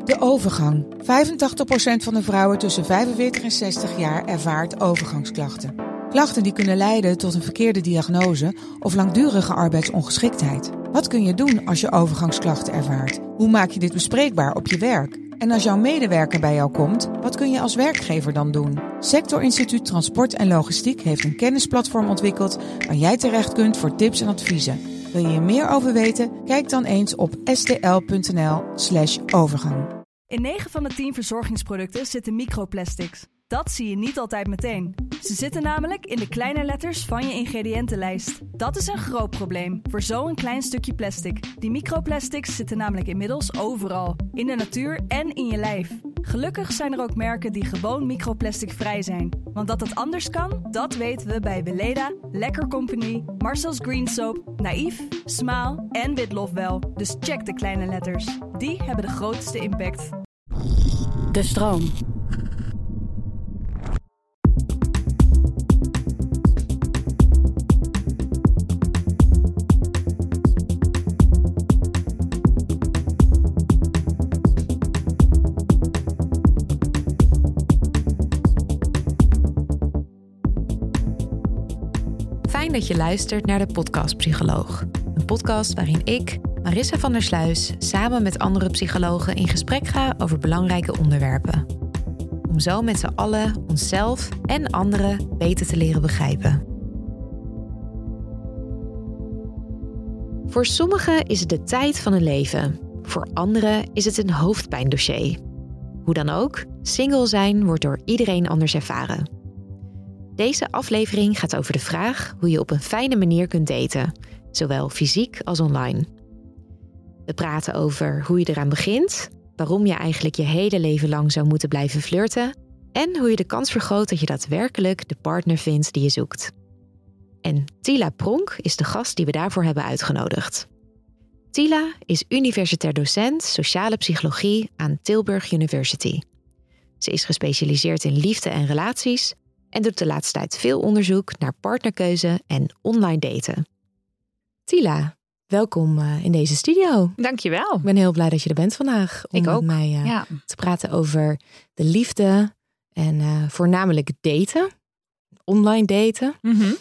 De overgang. 85% van de vrouwen tussen 45 en 60 jaar ervaart overgangsklachten. Klachten die kunnen leiden tot een verkeerde diagnose of langdurige arbeidsongeschiktheid. Wat kun je doen als je overgangsklachten ervaart? Hoe maak je dit bespreekbaar op je werk? En als jouw medewerker bij jou komt, wat kun je als werkgever dan doen? Sectorinstituut Transport en Logistiek heeft een kennisplatform ontwikkeld waar jij terecht kunt voor tips en adviezen. Wil je hier meer over weten? Kijk dan eens op stl.nl/overgang. In 9 van de 10 verzorgingsproducten zitten microplastics. Dat zie je niet altijd meteen. Ze zitten namelijk in de kleine letters van je ingrediëntenlijst. Dat is een groot probleem voor zo'n klein stukje plastic. Die microplastics zitten namelijk inmiddels overal. In de natuur en in je lijf. Gelukkig zijn er ook merken die gewoon microplasticvrij zijn. Want dat het anders kan, dat weten we bij Weleda, Lekker Company, Marcel's Green Soap, Naïef, Smaal en Witlof wel. Dus check de kleine letters. Die hebben de grootste impact. De stroom. Fijn dat je luistert naar de podcast Psycholoog. Een podcast waarin ik, Marissa van der Sluis, samen met andere psychologen in gesprek ga over belangrijke onderwerpen. Om zo met z'n allen onszelf en anderen beter te leren begrijpen. Voor sommigen is het de tijd van hun leven. Voor anderen is het een hoofdpijndossier. Hoe dan ook, single zijn wordt door iedereen anders ervaren. Deze aflevering gaat over de vraag hoe je op een fijne manier kunt daten, zowel fysiek als online. We praten over hoe je eraan begint, waarom je eigenlijk je hele leven lang zou moeten blijven flirten en hoe je de kans vergroot dat je daadwerkelijk de partner vindt die je zoekt. En Tila Pronk is de gast die we daarvoor hebben uitgenodigd. Tila is universitair docent sociale psychologie aan Tilburg University. Ze is gespecialiseerd in liefde en relaties en doet de laatste tijd veel onderzoek naar partnerkeuze en online daten. Tila, welkom in deze studio. Dankjewel. Ik ben heel blij dat je er bent vandaag. Om met mij te praten over de liefde en voornamelijk daten. Online daten. Mm-hmm.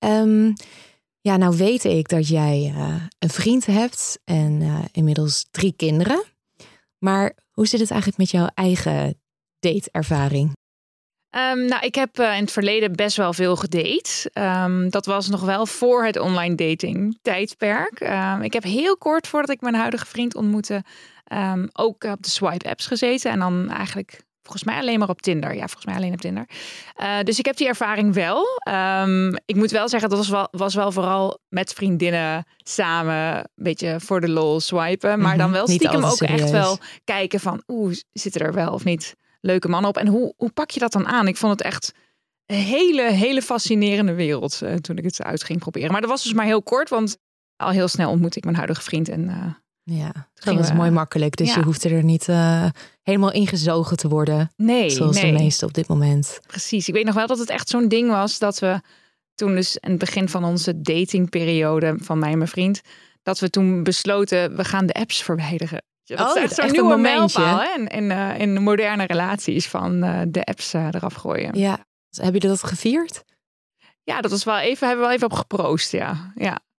Nou weet ik dat jij een vriend hebt en inmiddels 3 kinderen. Maar hoe zit het eigenlijk met jouw eigen dateervaring? Ik heb in het verleden best wel veel gedate. Dat was nog wel voor het online dating tijdperk. Ik heb heel kort voordat ik mijn huidige vriend ontmoette ook op de swipe apps gezeten. En dan eigenlijk volgens mij alleen maar op Tinder. Ja, volgens mij alleen op Tinder. Dus ik heb die ervaring wel. Ik moet wel zeggen, dat was wel vooral met vriendinnen samen een beetje voor de lol swipen. Maar dan wel stiekem ook serieus. Echt wel kijken van zitten er wel of niet leuke mannen op. En hoe pak je dat dan aan? Ik vond het echt een hele fascinerende wereld toen ik het uit ging proberen. Maar dat was dus maar heel kort, want al heel snel ontmoette ik mijn huidige vriend. En dat was mooi makkelijk. Dus je hoefde er niet helemaal ingezogen te worden. Nee. De meeste op dit moment. Precies. Ik weet nog wel dat het echt zo'n ding was dat we toen dus in het begin van onze datingperiode van mij en mijn vriend, dat we toen besloten, we gaan de apps verwijderen. Dat is echt zo'n nieuwe mijlpaal in moderne relaties van de apps eraf gooien. Ja, dus heb je dat gevierd? Ja, dat was wel even, hebben we wel even op geproost, ja.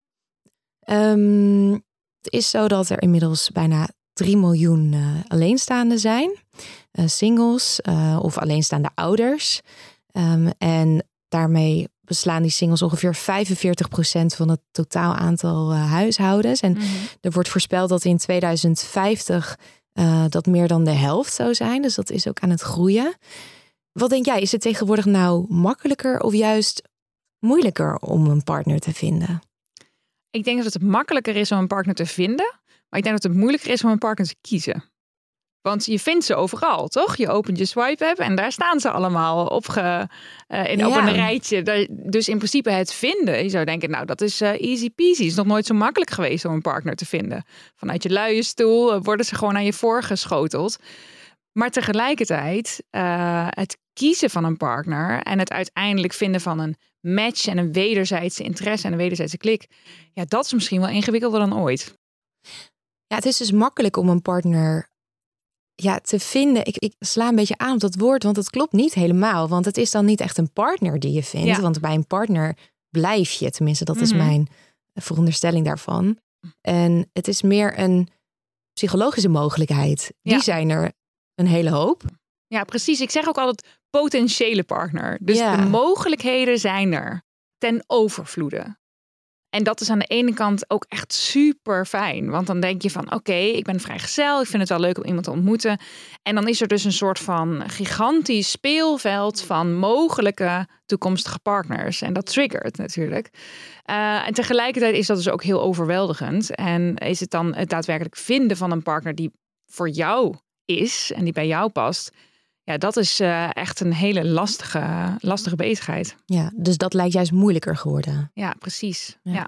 Het is zo dat er inmiddels bijna 3 miljoen alleenstaanden zijn. Singles of alleenstaande ouders. En daarmee beslaan die singles ongeveer 45% van het totaal aantal huishoudens. En er wordt voorspeld dat in 2050 dat meer dan de helft zou zijn. Dus dat is ook aan het groeien. Wat denk jij, is het tegenwoordig nou makkelijker of juist moeilijker om een partner te vinden? Ik denk dat het makkelijker is om een partner te vinden. Maar ik denk dat het moeilijker is om een partner te kiezen. Want je vindt ze overal, toch? Je opent je swipe app en daar staan ze allemaal op een rijtje. Dus in principe het vinden. Je zou denken, nou dat is easy peasy. Het is nog nooit zo makkelijk geweest om een partner te vinden. Vanuit je luie stoel worden ze gewoon aan je voorgeschoteld. Maar tegelijkertijd het kiezen van een partner en het uiteindelijk vinden van een match en een wederzijdse interesse en een wederzijdse klik. Ja, dat is misschien wel ingewikkelder dan ooit. Ja, het is dus makkelijk om een partner te vinden. Ik sla een beetje aan op dat woord, want het klopt niet helemaal. Want het is dan niet echt een partner die je vindt. Ja. Want bij een partner blijf je. Tenminste, dat is mijn veronderstelling daarvan. En het is meer een psychologische mogelijkheid. Die zijn er een hele hoop. Ja, precies. Ik zeg ook altijd potentiële partner. Dus de mogelijkheden zijn er ten overvloede. En dat is aan de ene kant ook echt super fijn. Want dan denk je van oké, ik ben vrijgezel. Ik vind het wel leuk om iemand te ontmoeten. En dan is er dus een soort van gigantisch speelveld van mogelijke toekomstige partners. En dat triggert natuurlijk. En tegelijkertijd is dat dus ook heel overweldigend. En is het dan het daadwerkelijk vinden van een partner die voor jou is en die bij jou past. Ja, dat is echt een hele lastige bezigheid. Ja, dus dat lijkt juist moeilijker geworden. Ja, precies. Ja.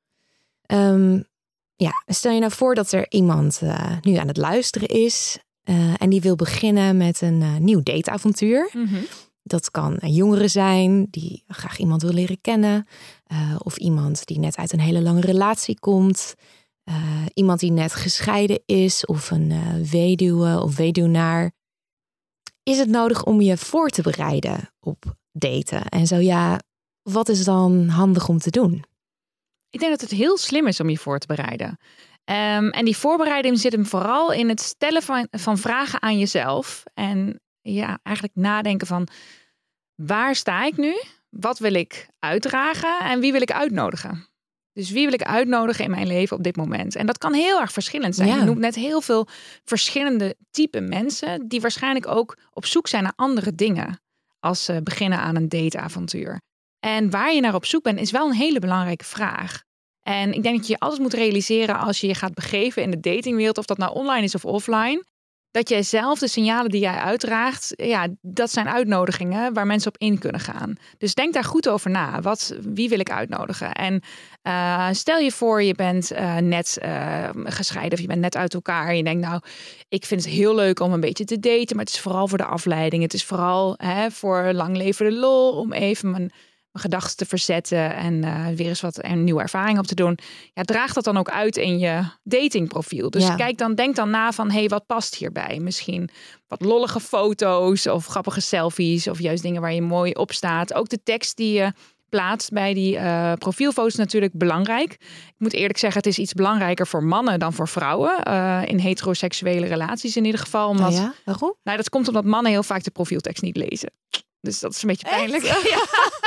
Stel je nou voor dat er iemand nu aan het luisteren is. En die wil beginnen met een nieuw dateavontuur. Mm-hmm. Dat kan een jongere zijn die graag iemand wil leren kennen. Of iemand die net uit een hele lange relatie komt. Iemand die net gescheiden is. Of een weduwe of weduwnaar. Is het nodig om je voor te bereiden op daten? En zo ja, wat is dan handig om te doen? Ik denk dat het heel slim is om je voor te bereiden. En die voorbereiding zit hem vooral in het stellen van vragen aan jezelf. En ja, eigenlijk nadenken van waar sta ik nu? Wat wil ik uitdragen? En wie wil ik uitnodigen? Dus wie wil ik uitnodigen in mijn leven op dit moment? En dat kan heel erg verschillend zijn. Je noemt net heel veel verschillende type mensen die waarschijnlijk ook op zoek zijn naar andere dingen als ze beginnen aan een dateavontuur. En waar je naar op zoek bent is wel een hele belangrijke vraag. En ik denk dat je je altijd moet realiseren als je je gaat begeven in de datingwereld, of dat nou online is of offline, dat jij zelf de signalen die jij uitdraagt, dat zijn uitnodigingen waar mensen op in kunnen gaan. Dus denk daar goed over na. Wie wil ik uitnodigen? En stel je voor, je bent net gescheiden of je bent net uit elkaar. En je denkt, nou, ik vind het heel leuk om een beetje te daten, maar het is vooral voor de afleiding. Het is vooral voor lang leven de lol, om even mijn gedachten te verzetten en weer eens een nieuwe ervaring op te doen. Ja, draag dat dan ook uit in je datingprofiel. Dus denk dan na van, wat past hierbij? Misschien wat lollige foto's of grappige selfies of juist dingen waar je mooi op staat. Ook de tekst die je plaatst bij die profielfoto's natuurlijk belangrijk. Ik moet eerlijk zeggen, het is iets belangrijker voor mannen dan voor vrouwen. In heteroseksuele relaties in ieder geval. Omdat, waarom? Nou, dat komt omdat mannen heel vaak de profieltekst niet lezen. Dus dat is een beetje pijnlijk. Ja.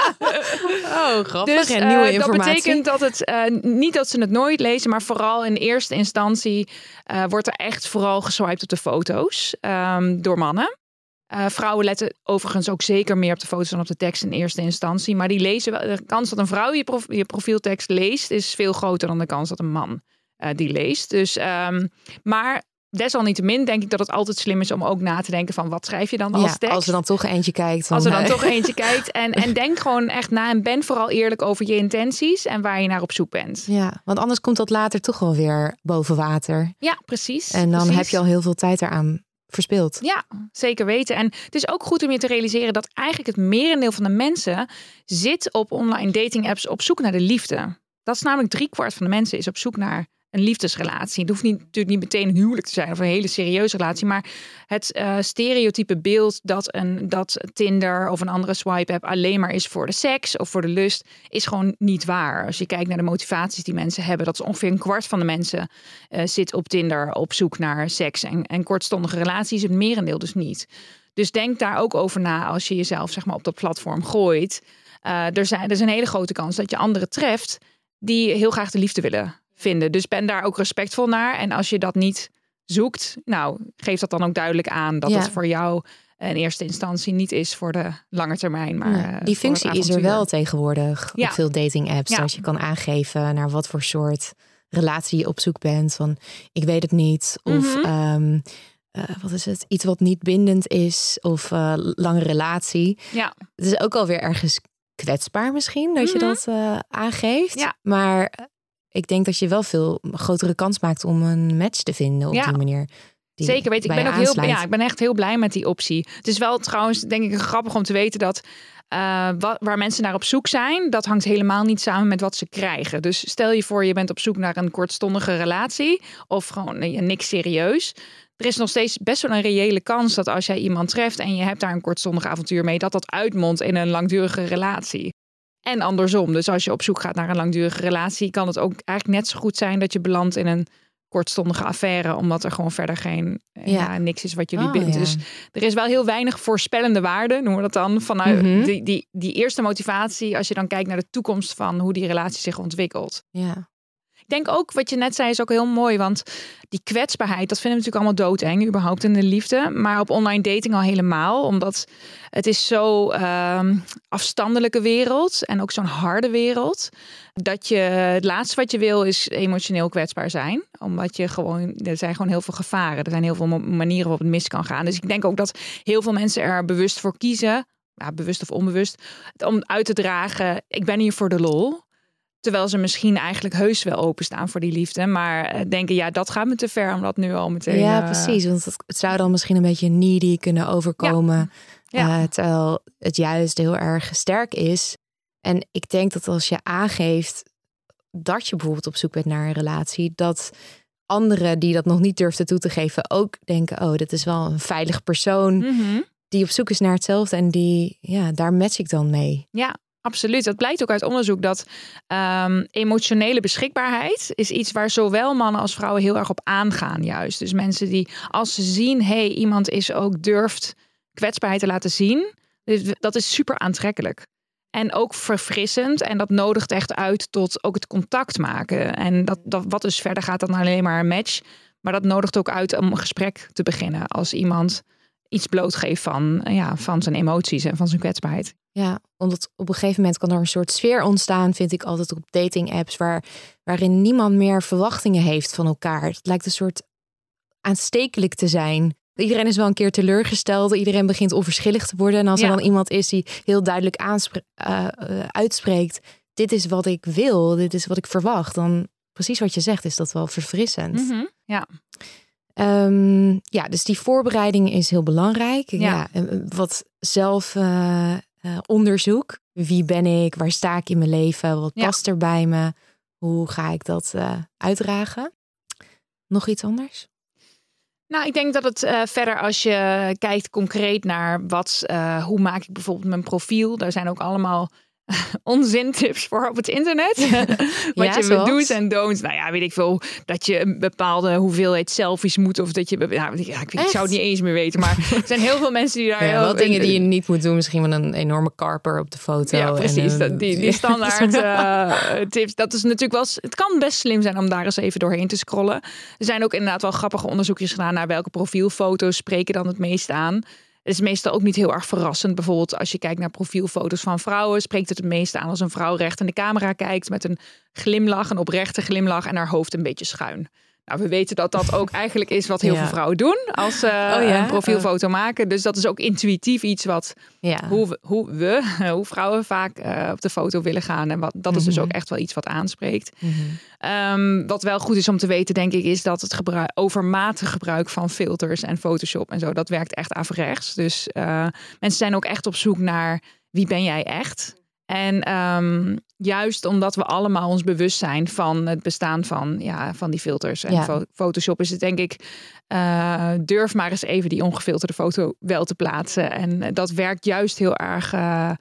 Oh, grappig. Dus, en nieuwe informatie. Dat betekent dat het niet dat ze het nooit lezen, maar vooral in eerste instantie wordt er echt vooral geswiped op de foto's door mannen. Vrouwen letten overigens ook zeker meer op de foto's dan op de tekst in eerste instantie. Maar die lezen wel. De kans dat een vrouw je profieltekst leest is veel groter dan de kans dat een man die leest. Dus, maar desalniettemin denk ik dat het altijd slim is om ook na te denken van wat schrijf je dan als tekst. Als er dan toch eentje kijkt. En denk gewoon echt na en ben vooral eerlijk over je intenties en waar je naar op zoek bent. Ja, want anders komt dat later toch wel weer boven water. Ja, precies. En dan heb je al heel veel tijd eraan verspild. Ja, zeker weten. En het is ook goed om je te realiseren dat eigenlijk het merendeel van de mensen zit op online dating apps op zoek naar de liefde. Dat is namelijk 3/4 van de mensen is op zoek naar een liefdesrelatie. Het hoeft natuurlijk niet meteen een huwelijk te zijn of een hele serieuze relatie, maar het stereotype beeld dat Tinder of een andere swipe app alleen maar is voor de seks of voor de lust, is gewoon niet waar. Als je kijkt naar de motivaties die mensen hebben, dat is ongeveer 1/4 van de mensen zit op Tinder op zoek naar seks en kortstondige relaties, het merendeel dus niet. Dus denk daar ook over na als je jezelf op dat platform gooit. Er is een hele grote kans dat je anderen treft die heel graag de liefde willen vinden. Dus ben daar ook respectvol naar. En als je dat niet zoekt, geef dat dan ook duidelijk aan dat het voor jou in eerste instantie niet is voor de lange termijn. Maar die functie is er wel tegenwoordig op veel dating apps. Dat je kan aangeven naar wat voor soort relatie je op zoek bent. Van ik weet het niet. Of wat is het? Iets wat niet bindend is. Of lange relatie. Ja. Het is ook alweer ergens kwetsbaar misschien dat je dat aangeeft. Ja. Maar ik denk dat je wel veel grotere kans maakt om een match te vinden op die manier. Zeker weten. Ik ben echt heel blij met die optie. Het is wel trouwens, denk ik, grappig om te weten dat waar mensen naar op zoek zijn, dat hangt helemaal niet samen met wat ze krijgen. Dus stel je voor, je bent op zoek naar een kortstondige relatie of gewoon niks serieus. er is nog steeds best wel een reële kans dat als jij iemand treft en je hebt daar een kortstondig avontuur mee, dat uitmondt in een langdurige relatie. En andersom. Dus als je op zoek gaat naar een langdurige relatie, kan het ook eigenlijk net zo goed zijn dat je belandt in een kortstondige affaire, omdat er gewoon verder niks is wat jullie bindt. Ja. Dus er is wel heel weinig voorspellende waarde, noemen we dat dan, vanuit die eerste motivatie, als je dan kijkt naar de toekomst van hoe die relatie zich ontwikkelt. Ja. Ik denk ook, wat je net zei, is ook heel mooi, want die kwetsbaarheid, dat vinden we natuurlijk allemaal doodeng, überhaupt in de liefde. Maar op online dating al helemaal, omdat het is zo afstandelijke wereld en ook zo'n harde wereld, dat je het laatste wat je wil is emotioneel kwetsbaar zijn. Omdat er zijn gewoon heel veel gevaren. Er zijn heel veel manieren waarop het mis kan gaan. Dus ik denk ook dat heel veel mensen er bewust voor kiezen, bewust of onbewust, om uit te dragen, ik ben hier voor de lol. Terwijl ze misschien eigenlijk heus wel openstaan voor die liefde. Maar denken, dat gaat me te ver om dat nu al meteen... Ja, precies. Want het zou dan misschien een beetje needy kunnen overkomen. Ja. Terwijl het juist heel erg sterk is. En ik denk dat als je aangeeft dat je bijvoorbeeld op zoek bent naar een relatie, dat anderen die dat nog niet durfden toe te geven ook denken, dit is wel een veilig persoon die op zoek is naar hetzelfde. En daar match ik dan mee. Ja. Absoluut. Dat blijkt ook uit onderzoek dat emotionele beschikbaarheid is iets waar zowel mannen als vrouwen heel erg op aangaan juist. Dus mensen die, als ze zien, iemand is ook durft kwetsbaarheid te laten zien, dat is super aantrekkelijk. En ook verfrissend. En dat nodigt echt uit tot ook het contact maken. En dat wat dus verder gaat dan alleen maar een match. Maar dat nodigt ook uit om een gesprek te beginnen. Als iemand iets blootgeeft van zijn emoties en van zijn kwetsbaarheid. Ja, omdat op een gegeven moment kan er een soort sfeer ontstaan, vind ik altijd op dating apps, waarin niemand meer verwachtingen heeft van elkaar. Het lijkt een soort aanstekelijk te zijn. Iedereen is wel een keer teleurgesteld. Iedereen begint onverschillig te worden. En als er dan iemand is die heel duidelijk uitspreekt, dit is wat ik wil, dit is wat ik verwacht, dan precies wat je zegt, is dat wel verfrissend. Mm-hmm. Ja. Dus die voorbereiding is heel belangrijk. Ja, wat zelf onderzoek. Wie ben ik? Waar sta ik in mijn leven? Wat past er bij me? Hoe ga ik dat uitdragen? Nog iets anders? Nou, ik denk dat het verder, als je kijkt concreet naar hoe maak ik bijvoorbeeld mijn profiel. Daar zijn ook allemaal onzintips voor op het internet. Wat je do's en don'ts. Nou ja, weet ik veel. Dat je een bepaalde hoeveelheid selfies moet. Of dat je... ik zou het niet eens meer weten. Maar er zijn heel veel mensen die daar... wel dingen die je niet moet doen. Misschien wel een enorme karper op de foto. Ja, precies. Die standaard tips. Dat is natuurlijk wel... Het kan best slim zijn om daar eens even doorheen te scrollen. Er zijn ook inderdaad wel grappige onderzoekjes gedaan naar welke profielfoto's spreken dan het meest aan. Het is meestal ook niet heel erg verrassend. Bijvoorbeeld als je kijkt naar profielfoto's van vrouwen, spreekt het meeste aan als een vrouw recht in de camera kijkt met een glimlach, een oprechte glimlach en haar hoofd een beetje schuin. Nou, we weten dat dat ook eigenlijk is wat heel veel vrouwen doen als ze een profielfoto maken. Dus dat is ook intuïtief iets wat hoe vrouwen vaak op de foto willen gaan. En dat is dus ook echt wel iets wat aanspreekt. Wat wel goed is om te weten, denk ik, is dat het overmatig gebruik van filters en Photoshop en zo, dat werkt echt averechts. Dus mensen zijn ook echt op zoek naar wie ben jij echt? En juist omdat we allemaal ons bewust zijn van het bestaan van die filters en Photoshop, is het denk ik, durf maar eens even die ongefilterde foto wel te plaatsen. En dat werkt juist heel erg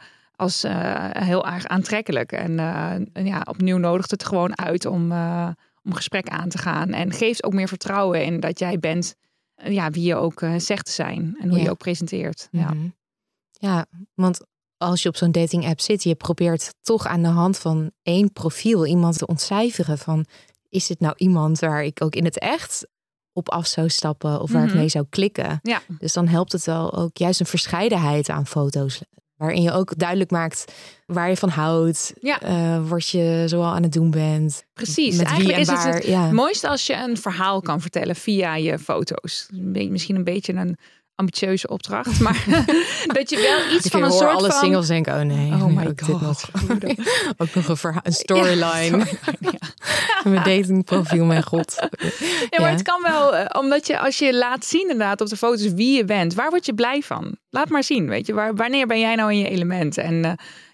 heel erg aantrekkelijk. En opnieuw nodigt het gewoon uit om gesprek aan te gaan. En geeft ook meer vertrouwen in dat jij bent wie je ook zegt te zijn. En hoe je ook presenteert. Mm-hmm. Ja, want als je op zo'n dating app zit, je probeert toch aan de hand van één profiel iemand te ontcijferen van, is dit nou iemand waar ik ook in het echt op af zou stappen of waar ik mee zou klikken? Ja. Dus dan helpt het wel ook juist een verscheidenheid aan foto's, waarin je ook duidelijk maakt waar je van houdt, wat je zoal aan het doen bent. Precies. Met eigenlijk wie en is waar, het mooiste als je een verhaal kan vertellen via je foto's. Misschien een beetje een ambitieuze opdracht, maar dat je wel iets van een soort alle van... singles denken, oh nee, oh my ook god, dit nog. Ook nog een storyline. Mijn datingprofiel, mijn god. Ja, maar het kan wel, omdat je, als je laat zien inderdaad op de foto's wie je bent, waar word je blij van? Laat maar zien, weet je. Wanneer ben jij nou in je element? En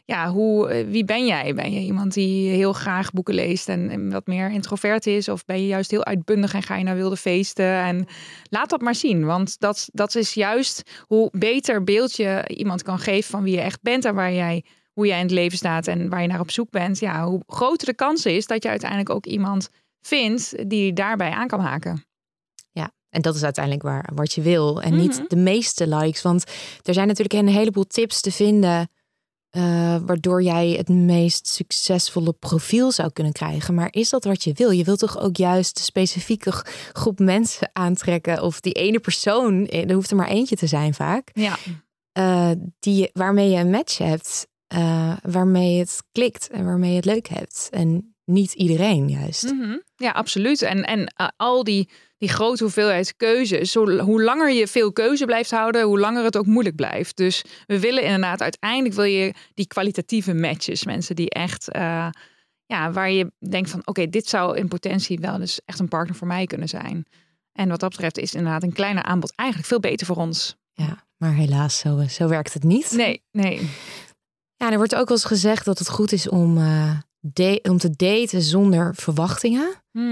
wie ben jij? Ben je iemand die heel graag boeken leest en wat meer introvert is? Of ben je juist heel uitbundig en ga je naar wilde feesten? En laat dat maar zien. Want dat is juist hoe beter beeld je iemand kan geven van wie je echt bent en hoe jij in het leven staat en waar je naar op zoek bent. Ja, hoe groter de kans is dat je uiteindelijk ook iemand vindt die daarbij aan kan haken. Ja, en dat is uiteindelijk wat je wil. En niet de meeste likes. Want er zijn natuurlijk een heleboel tips te vinden waardoor jij het meest succesvolle profiel zou kunnen krijgen. Maar is dat wat je wil? Je wilt toch ook juist een specifieke groep mensen aantrekken? Of die ene persoon, er hoeft er maar eentje te zijn vaak. Ja. Waarmee je een match hebt. Waarmee het klikt en waarmee je het leuk hebt. En niet iedereen juist. Ja, absoluut. En al die grote hoeveelheid keuzes. Hoe langer je veel keuze blijft houden, hoe langer het ook moeilijk blijft. Dus we willen inderdaad, uiteindelijk wil je die kwalitatieve matches. Mensen die echt, waar je denkt van oké, dit zou in potentie wel dus echt een partner voor mij kunnen zijn. En wat dat betreft is inderdaad een kleiner aanbod eigenlijk veel beter voor ons. Ja, maar helaas, zo werkt het niet. Nee. Ja, er wordt ook wel eens gezegd dat het goed is om te daten zonder verwachtingen.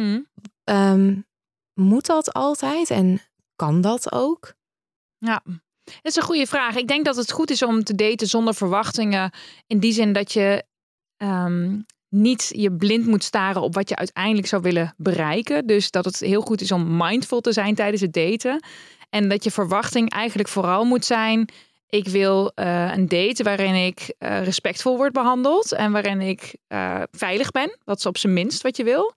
Moet dat altijd en kan dat ook? Ja, dat is een goede vraag. Ik denk dat het goed is om te daten zonder verwachtingen. In die zin dat je niet je blind moet staren op wat je uiteindelijk zou willen bereiken. Dus dat het heel goed is om mindful te zijn tijdens het daten. En dat je verwachting eigenlijk vooral moet zijn: ik wil een date waarin ik respectvol word behandeld en waarin ik veilig ben. Dat is op zijn minst wat je wil.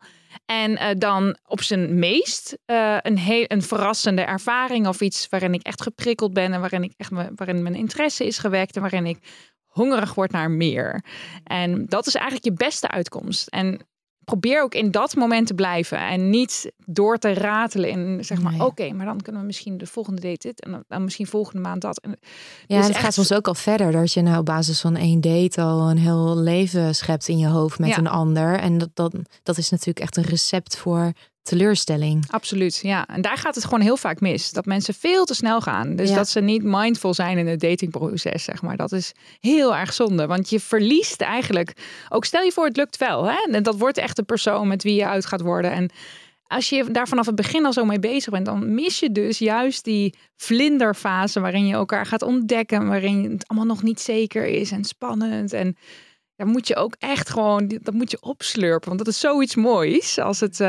En dan op zijn meest een verrassende ervaring of iets waarin ik echt geprikkeld ben en waarin mijn interesse is gewekt en waarin ik hongerig word naar meer. En dat is eigenlijk je beste uitkomst. En probeer ook in dat moment te blijven en niet door te ratelen in zeg maar, oké, maar dan kunnen we misschien de volgende date dit en dan misschien volgende maand dat. En het gaat soms ook al verder dat je nou op basis van één date al een heel leven schept in je hoofd met een ander. En dat is natuurlijk echt een recept voor teleurstelling. Absoluut, ja. En daar gaat het gewoon heel vaak mis. Dat mensen veel te snel gaan. Dus dat ze niet mindful zijn in het datingproces, zeg maar. Dat is heel erg zonde. Want je verliest eigenlijk... Ook stel je voor, het lukt wel. Hè? En dat wordt echt de persoon met wie je uit gaat worden. En als je daar vanaf het begin al zo mee bezig bent, dan mis je dus juist die vlinderfase waarin je elkaar gaat ontdekken. Waarin het allemaal nog niet zeker is en spannend. En daar moet je ook echt gewoon, dat moet je opslurpen. Want dat is zoiets moois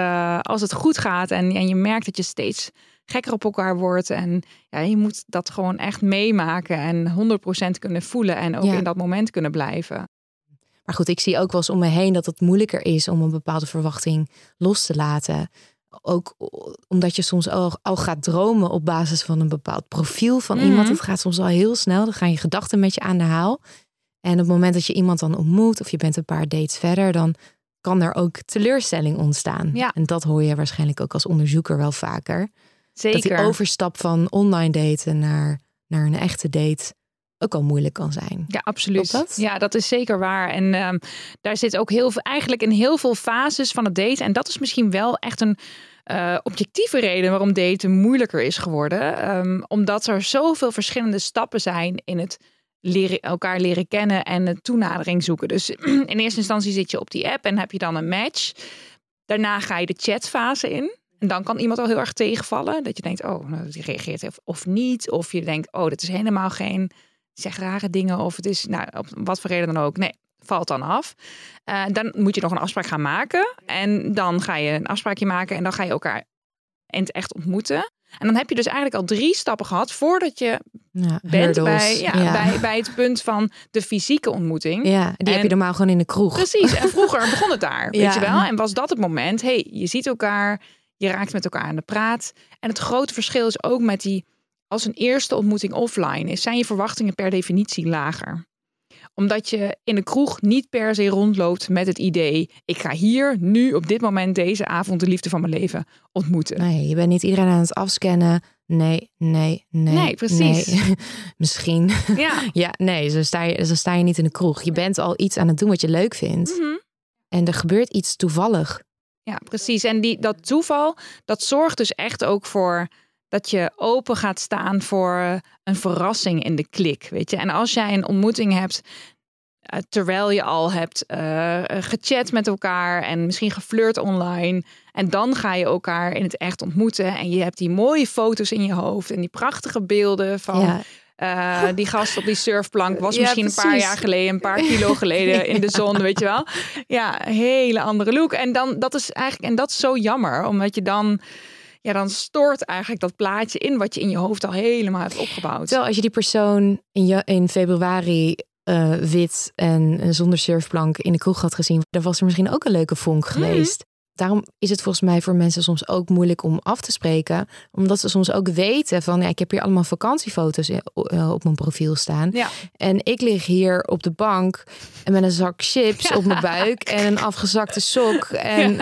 als het goed gaat. En je merkt dat je steeds gekker op elkaar wordt. En ja, je moet dat gewoon echt meemaken. En 100% kunnen voelen. En ook in dat moment kunnen blijven. Maar goed, ik zie ook wel eens om me heen dat het moeilijker is om een bepaalde verwachting los te laten. Ook omdat je soms al gaat dromen op basis van een bepaald profiel van iemand. Het gaat soms al heel snel. Dan gaan je gedachten met je aan de haal. En op het moment dat je iemand dan ontmoet of je bent een paar dates verder, dan kan er ook teleurstelling ontstaan. Ja. En dat hoor je waarschijnlijk ook als onderzoeker wel vaker. Zeker. Dat die overstap van online daten naar een echte date ook al moeilijk kan zijn. Ja, absoluut. Klopt dat? Ja, dat is zeker waar. En daar zit ook eigenlijk in heel veel fases van het daten. En dat is misschien wel echt een objectieve reden waarom daten moeilijker is geworden. Omdat er zoveel verschillende stappen zijn in het elkaar leren kennen en een toenadering zoeken. Dus in eerste instantie zit je op die app en heb je dan een match. Daarna ga je de chatfase in. En dan kan iemand al heel erg tegenvallen. Dat je denkt, die reageert of niet. Of je denkt, dat is helemaal geen, zeg rare dingen. Of het is, op wat voor reden dan ook. Nee, valt dan af. Dan moet je nog een afspraak gaan maken. En dan ga je een afspraakje maken en dan ga je elkaar in het echt ontmoeten. En dan heb je dus eigenlijk al 3 stappen gehad voordat je bent bij het punt van de fysieke ontmoeting. Ja, die heb je normaal gewoon in de kroeg. Precies, en vroeger begon het daar, weet je wel. En was dat het moment, je ziet elkaar, je raakt met elkaar aan de praat. En het grote verschil is ook met als een eerste ontmoeting offline is, zijn je verwachtingen per definitie lager. Omdat je in de kroeg niet per se rondloopt met het idee, ik ga hier nu op dit moment deze avond de liefde van mijn leven ontmoeten. Nee, je bent niet iedereen aan het afscannen. Nee, precies. Nee. Misschien. Ja, nee, zo sta je niet in de kroeg. Je bent al iets aan het doen wat je leuk vindt. En er gebeurt iets toevallig. Ja, precies. En dat toeval, dat zorgt dus echt ook voor dat je open gaat staan voor een verrassing in de klik, weet je. En als jij een ontmoeting hebt terwijl je al hebt gechat met elkaar en misschien geflirt online. En dan ga je elkaar in het echt ontmoeten. En je hebt die mooie foto's in je hoofd en die prachtige beelden van... die gast op die surfplank was misschien een paar jaar geleden, een paar kilo geleden in de zon, weet je wel. Ja, een hele andere look. En dan, dat is zo jammer, omdat je dan stoort eigenlijk dat plaatje in wat je in je hoofd al helemaal hebt opgebouwd. Terwijl als je die persoon in februari wit en zonder surfplank in de kroeg had gezien, dan was er misschien ook een leuke vonk geweest. Daarom is het volgens mij voor mensen soms ook moeilijk om af te spreken. Omdat ze soms ook weten van... ik heb hier allemaal vakantiefoto's op mijn profiel staan. Ja. En ik lig hier op de bank en met een zak chips op mijn buik... en een afgezakte sok. En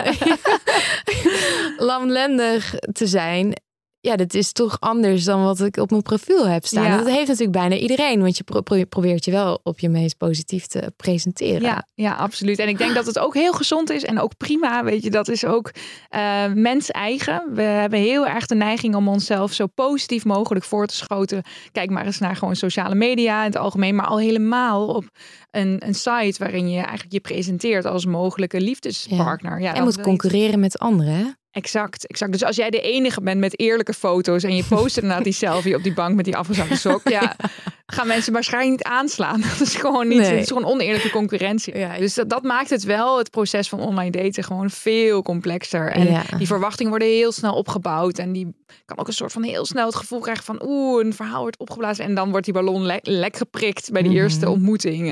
lamlendig te zijn... Ja, dat is toch anders dan wat ik op mijn profiel heb staan. Ja. Dat heeft natuurlijk bijna iedereen. Want je probeert je wel op je meest positief te presenteren. Ja, absoluut. En ik denk dat het ook heel gezond is. En ook prima, weet je. Dat is ook mens eigen. We hebben heel erg de neiging om onszelf zo positief mogelijk voor te schoten. Kijk maar eens naar gewoon sociale media in het algemeen. Maar al helemaal op een site waarin je eigenlijk je presenteert als mogelijke liefdespartner. En moet concurreren met anderen, hè? Exact. Dus als jij de enige bent met eerlijke foto's en je post inderdaad die selfie op die bank met die afgezakte sok, gaan mensen waarschijnlijk niet aanslaan. Dat is gewoon niet. Het is gewoon oneerlijke concurrentie. Ja. Dus dat maakt het wel, het proces van online daten, gewoon veel complexer. En die verwachtingen worden heel snel opgebouwd. En die kan ook een soort van heel snel het gevoel krijgen van een verhaal wordt opgeblazen. En dan wordt die ballon lek geprikt bij de eerste ontmoeting.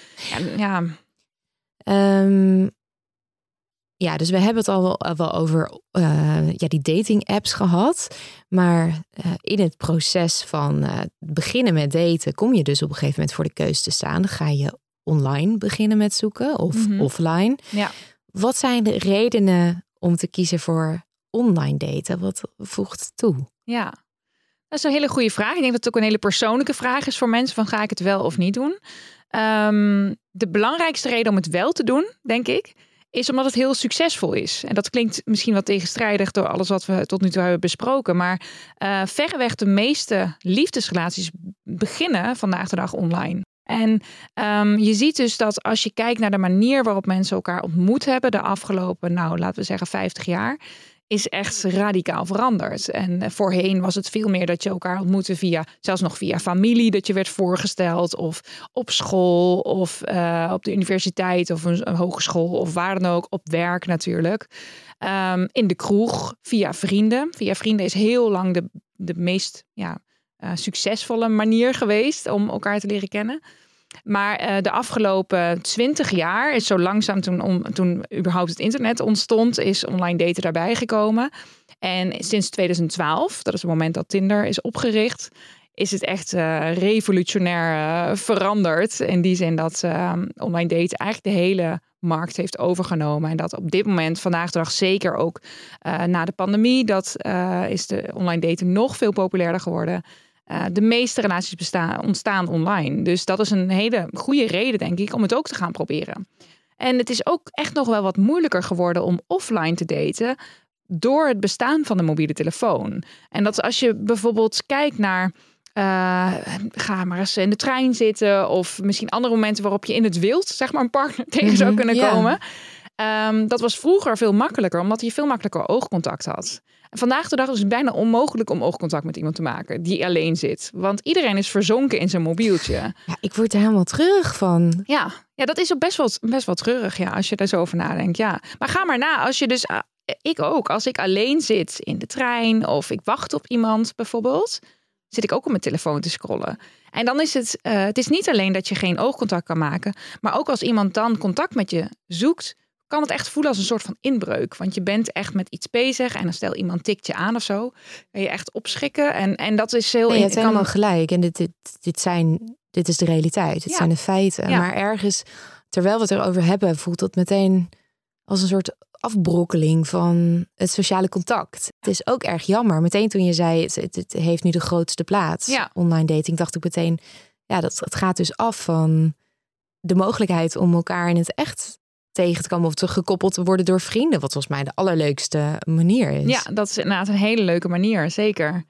Dus we hebben het al wel over die dating apps gehad. Maar in het proces van beginnen met daten kom je dus op een gegeven moment voor de keuze te staan. Dan ga je online beginnen met zoeken of offline. Ja. Wat zijn de redenen om te kiezen voor online daten? Wat voegt het toe? Ja, dat is een hele goede vraag. Ik denk dat het ook een hele persoonlijke vraag is voor mensen van ga ik het wel of niet doen? De belangrijkste reden om het wel te doen, denk ik, is omdat het heel succesvol is. En dat klinkt misschien wat tegenstrijdig door alles wat we tot nu toe hebben besproken. Maar verreweg de meeste liefdesrelaties beginnen vandaag de dag online. En je ziet dus dat als je kijkt naar de manier waarop mensen elkaar ontmoet hebben de afgelopen, laten we zeggen 50 jaar, is echt radicaal veranderd. En voorheen was het veel meer dat je elkaar ontmoette zelfs nog via familie, dat je werd voorgesteld of op school of op de universiteit of een hogeschool of waar dan ook, op werk natuurlijk. In de kroeg, via vrienden. Via vrienden is heel lang de meest succesvolle manier geweest om elkaar te leren kennen. Maar de afgelopen 20 jaar is zo langzaam toen überhaupt het internet ontstond, is online daten daarbij gekomen. En sinds 2012, dat is het moment dat Tinder is opgericht, is het echt revolutionair veranderd. In die zin dat online daten eigenlijk de hele markt heeft overgenomen. En dat op dit moment, vandaag de dag zeker ook na de pandemie, is de online daten nog veel populairder geworden. De meeste relaties ontstaan online. Dus dat is een hele goede reden, denk ik, om het ook te gaan proberen. En het is ook echt nog wel wat moeilijker geworden om offline te daten door het bestaan van de mobiele telefoon. En dat als je bijvoorbeeld kijkt naar ga maar eens in de trein zitten of misschien andere momenten waarop je in het wild, zeg maar, een partner tegen zou kunnen komen. Dat was vroeger veel makkelijker, omdat je veel makkelijker oogcontact had. En vandaag de dag is het bijna onmogelijk om oogcontact met iemand te maken die alleen zit. Want iedereen is verzonken in zijn mobieltje. Ja, ik word er helemaal treurig van. Ja, dat is ook best wel treurig, als je daar zo over nadenkt. Ja. Maar ga maar na, als je dus, ik ook, als ik alleen zit in de trein of ik wacht op iemand bijvoorbeeld, zit ik ook op mijn telefoon te scrollen. En dan is het is niet alleen dat je geen oogcontact kan maken, maar ook als iemand dan contact met je zoekt, kan het echt voelen als een soort van inbreuk. Want je bent echt met iets bezig en dan stel iemand tikt je aan of zo. En je echt opschrikken. En dat is heel... je hebt helemaal gelijk. En dit is de realiteit. Dit zijn de feiten. Ja. Maar ergens, terwijl we het erover hebben, voelt dat meteen als een soort afbrokkeling van het sociale contact. Het is ook erg jammer. Meteen toen je zei, het heeft nu de grootste plaats. Ja. Online dating, dacht ik meteen, het gaat dus af van de mogelijkheid om elkaar in het echt tegen te komen of te gekoppeld te worden door vrienden. Wat volgens mij de allerleukste manier is. Ja, dat is inderdaad een hele leuke manier, zeker.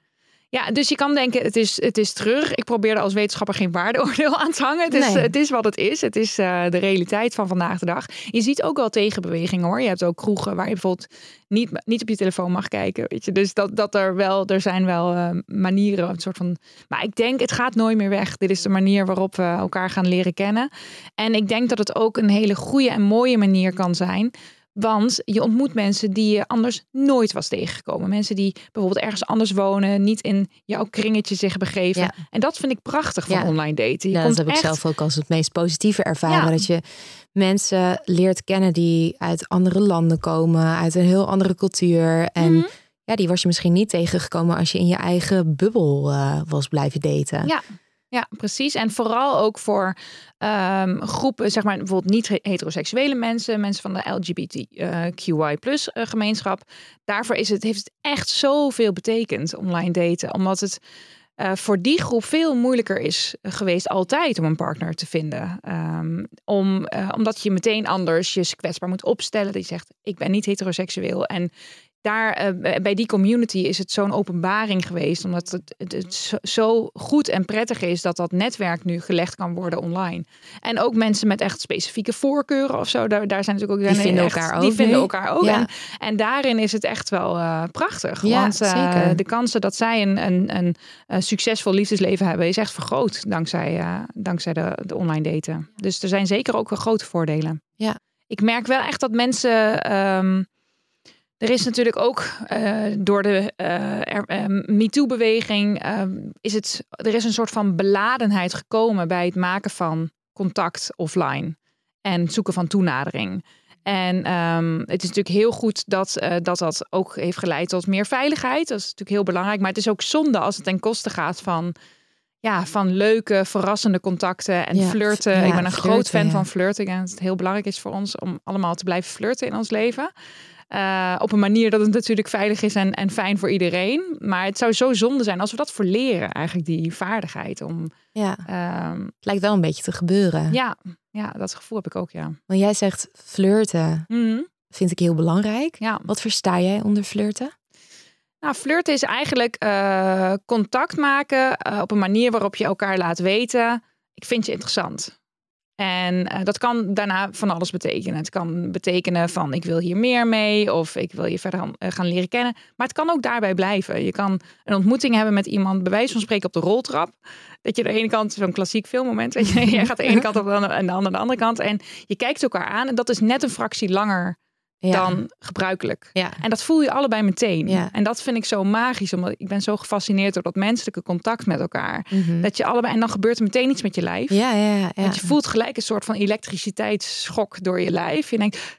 Ja, dus je kan denken, het is terug. Ik probeer er als wetenschapper geen waardeoordeel aan te hangen. Het is wat het is. Het is de realiteit van vandaag de dag. Je ziet ook wel tegenbewegingen hoor. Je hebt ook kroegen waar je bijvoorbeeld niet op je telefoon mag kijken. Weet je? Dus er zijn wel manieren. Een soort van, maar ik denk, het gaat nooit meer weg. Dit is de manier waarop we elkaar gaan leren kennen. En ik denk dat het ook een hele goede en mooie manier kan zijn. Want je ontmoet mensen die je anders nooit was tegengekomen. Mensen die bijvoorbeeld ergens anders wonen. Niet in jouw kringetje zich begeven. Ja. En dat vind ik prachtig van online daten. Dat heb ik zelf ook als het meest positieve ervaren. Ja. Dat je mensen leert kennen die uit andere landen komen. Uit een heel andere cultuur. En die was je misschien niet tegengekomen als je in je eigen bubbel was blijven daten. Ja, precies. En vooral ook voor groepen, zeg maar bijvoorbeeld niet heteroseksuele mensen, mensen van de LGBTQI+ gemeenschap. Daarvoor heeft het echt zoveel betekend, online daten. Omdat het voor die groep veel moeilijker is geweest altijd om een partner te vinden. Omdat je meteen anders je kwetsbaar moet opstellen. Dat je zegt, ik ben niet heteroseksueel. En daar bij die community is het zo'n openbaring geweest. Omdat het zo goed en prettig is dat netwerk nu gelegd kan worden online. En ook mensen met echt specifieke voorkeuren of zo. Daar zijn natuurlijk ook die vinden elkaar ook. Ja. En daarin is het echt wel prachtig. Ja, want zeker. De kansen dat zij een succesvol liefdesleven hebben is echt vergroot dankzij de online daten. Dus er zijn zeker ook wel grote voordelen. Ja. Ik merk wel echt dat mensen. Er is natuurlijk ook door de MeToo-beweging er is een soort van beladenheid gekomen bij het maken van contact offline en zoeken van toenadering. En het is natuurlijk heel goed dat ook heeft geleid tot meer veiligheid. Dat is natuurlijk heel belangrijk. Maar het is ook zonde als het ten koste gaat van leuke, verrassende contacten en flirten. Ik ben een groot fan van flirten. En het heel belangrijk is voor ons om allemaal te blijven flirten in ons leven. Op een manier dat het natuurlijk veilig is en fijn voor iedereen. Maar het zou zo zonde zijn als we dat verleren, eigenlijk die vaardigheid. Het lijkt wel een beetje te gebeuren. Ja, dat gevoel heb ik ook, ja. Want jij zegt flirten vind ik heel belangrijk. Ja. Wat versta jij onder flirten? Nou, flirten is eigenlijk contact maken op een manier waarop je elkaar laat weten, ik vind je interessant. En dat kan daarna van alles betekenen. Het kan betekenen van ik wil hier meer mee of ik wil je verder gaan leren kennen. Maar het kan ook daarbij blijven. Je kan een ontmoeting hebben met iemand, bij wijze van spreken op de roltrap. Dat je aan de ene kant, zo'n klassiek filmmoment, weet je, jij gaat de ene kant op en de andere kant. En je kijkt elkaar aan en dat is net een fractie langer dan gebruikelijk. Ja. En dat voel je allebei meteen. Ja. En dat vind ik zo magisch, omdat ik ben zo gefascineerd door dat menselijke contact met elkaar. Mm-hmm. Dat je allebei, en dan gebeurt er meteen iets met je lijf. Ja. Want je voelt gelijk een soort van elektriciteitsschok door je lijf. Je denkt,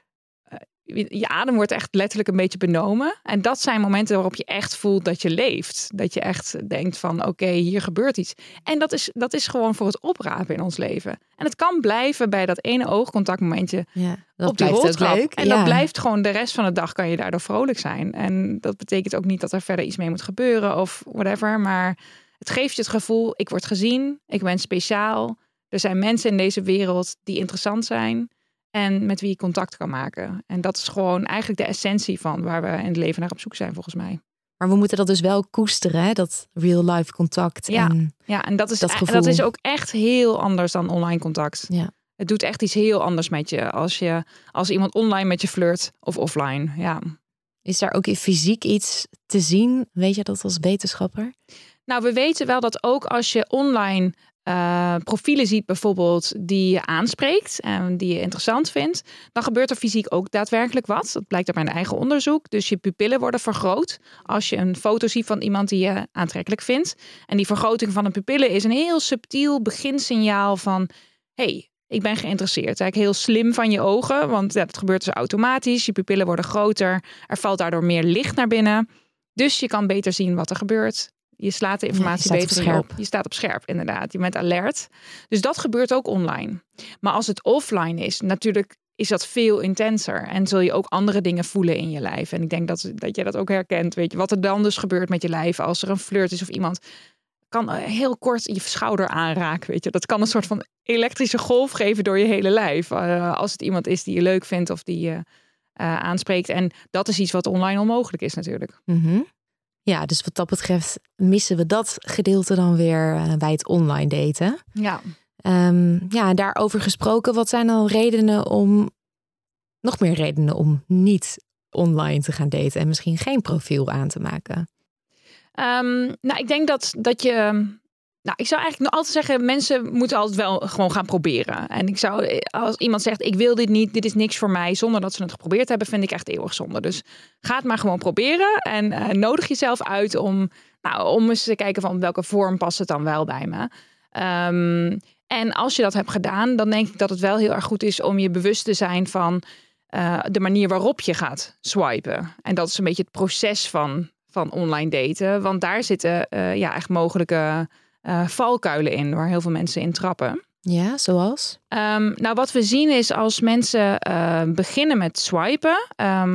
je adem wordt echt letterlijk een beetje benomen. En dat zijn momenten waarop je echt voelt dat je leeft. Dat je echt denkt van oké, hier gebeurt iets. En dat is gewoon voor het oprapen in ons leven. En het kan blijven bij dat ene oogcontactmomentje op die roltrap. Leuk. En dat blijft gewoon de rest van de dag, kan je daardoor vrolijk zijn. En dat betekent ook niet dat er verder iets mee moet gebeuren of whatever. Maar het geeft je het gevoel, ik word gezien, ik ben speciaal. Er zijn mensen in deze wereld die interessant zijn. En met wie je contact kan maken. En dat is gewoon eigenlijk de essentie van waar we in het leven naar op zoek zijn, volgens mij. Maar we moeten dat dus wel koesteren, hè? Dat real-life contact. En dat is ook echt heel anders dan online contact. Ja. Het doet echt iets heel anders met je als iemand online met je flirt of offline. Ja. Is daar ook fysiek iets te zien? Weet je dat als wetenschapper? Nou, we weten wel dat ook als je online profielen ziet bijvoorbeeld die je aanspreekt en die je interessant vindt, dan gebeurt er fysiek ook daadwerkelijk wat. Dat blijkt uit mijn eigen onderzoek. Dus je pupillen worden vergroot als je een foto ziet van iemand die je aantrekkelijk vindt. En die vergroting van de pupillen is een heel subtiel beginsignaal van hey, ik ben geïnteresseerd. Eigenlijk heel slim van je ogen, want dat gebeurt dus automatisch. Je pupillen worden groter, er valt daardoor meer licht naar binnen. Dus je kan beter zien wat er gebeurt. Je slaat de informatie beter op. Je staat op scherp, inderdaad. Je bent alert. Dus dat gebeurt ook online. Maar als het offline is, natuurlijk is dat veel intenser. En zul je ook andere dingen voelen in je lijf. En ik denk dat jij dat ook herkent. Weet je, wat er dan dus gebeurt met je lijf als er een flirt is of iemand kan heel kort je schouder aanraken. Weet je, dat kan een soort van elektrische golf geven door je hele lijf. Als het iemand is die je leuk vindt of die je aanspreekt. En dat is iets wat online onmogelijk is natuurlijk. Mm-hmm. Ja, dus wat dat betreft missen we dat gedeelte dan weer bij het online daten. Ja. En daarover gesproken, wat zijn dan nog meer redenen om niet online te gaan daten en misschien geen profiel aan te maken? Ik denk dat je... ik zou eigenlijk altijd zeggen, mensen moeten altijd wel gewoon gaan proberen. En ik zou, als iemand zegt, ik wil dit niet, dit is niks voor mij, zonder dat ze het geprobeerd hebben, vind ik echt eeuwig zonde. Dus ga het maar gewoon proberen en nodig jezelf uit om eens te kijken van welke vorm past het dan wel bij me. En als je dat hebt gedaan, dan denk ik dat het wel heel erg goed is om je bewust te zijn van de manier waarop je gaat swipen. En dat is een beetje het proces van online daten. Want daar zitten echt mogelijke valkuilen in, waar heel veel mensen in trappen. Ja, zoals? Wat we zien is als mensen beginnen met swipen,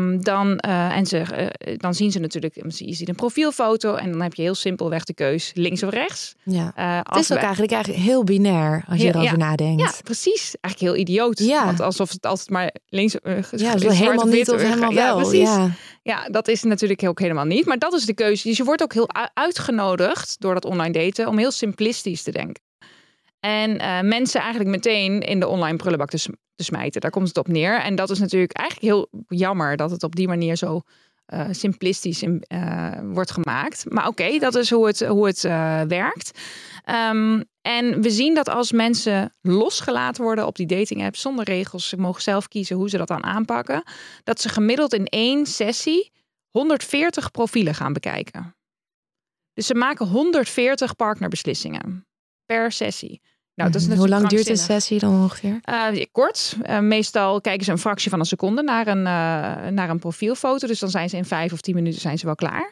dan zien ze natuurlijk, je ziet een profielfoto en dan heb je heel simpelweg de keus links of rechts. Ja. Het is ook eigenlijk heel binair als je erover nadenkt. Ja, precies. Eigenlijk heel idioot. Ja. Want alsof het altijd maar links helemaal niet of helemaal wel. Ja, precies. Ja, dat is natuurlijk ook helemaal niet. Maar dat is de keuze. Dus je wordt ook heel uitgenodigd door dat online daten om heel simplistisch te denken. En mensen eigenlijk meteen in de online prullenbak te smijten. Daar komt het op neer. En dat is natuurlijk eigenlijk heel jammer dat het op die manier zo simplistisch wordt gemaakt. Maar oké, dat is hoe het werkt. En we zien dat als mensen losgelaten worden op die dating app zonder regels, ze mogen zelf kiezen hoe ze dat dan aanpakken, dat ze gemiddeld in 1 sessie 140 profielen gaan bekijken. Dus ze maken 140 partnerbeslissingen per sessie. Nou, dat is hoe lang duurt een sessie dan ongeveer? Kort. Meestal kijken ze een fractie van een seconde naar een profielfoto. Dus dan zijn ze in 5 of 10 minuten zijn ze wel klaar.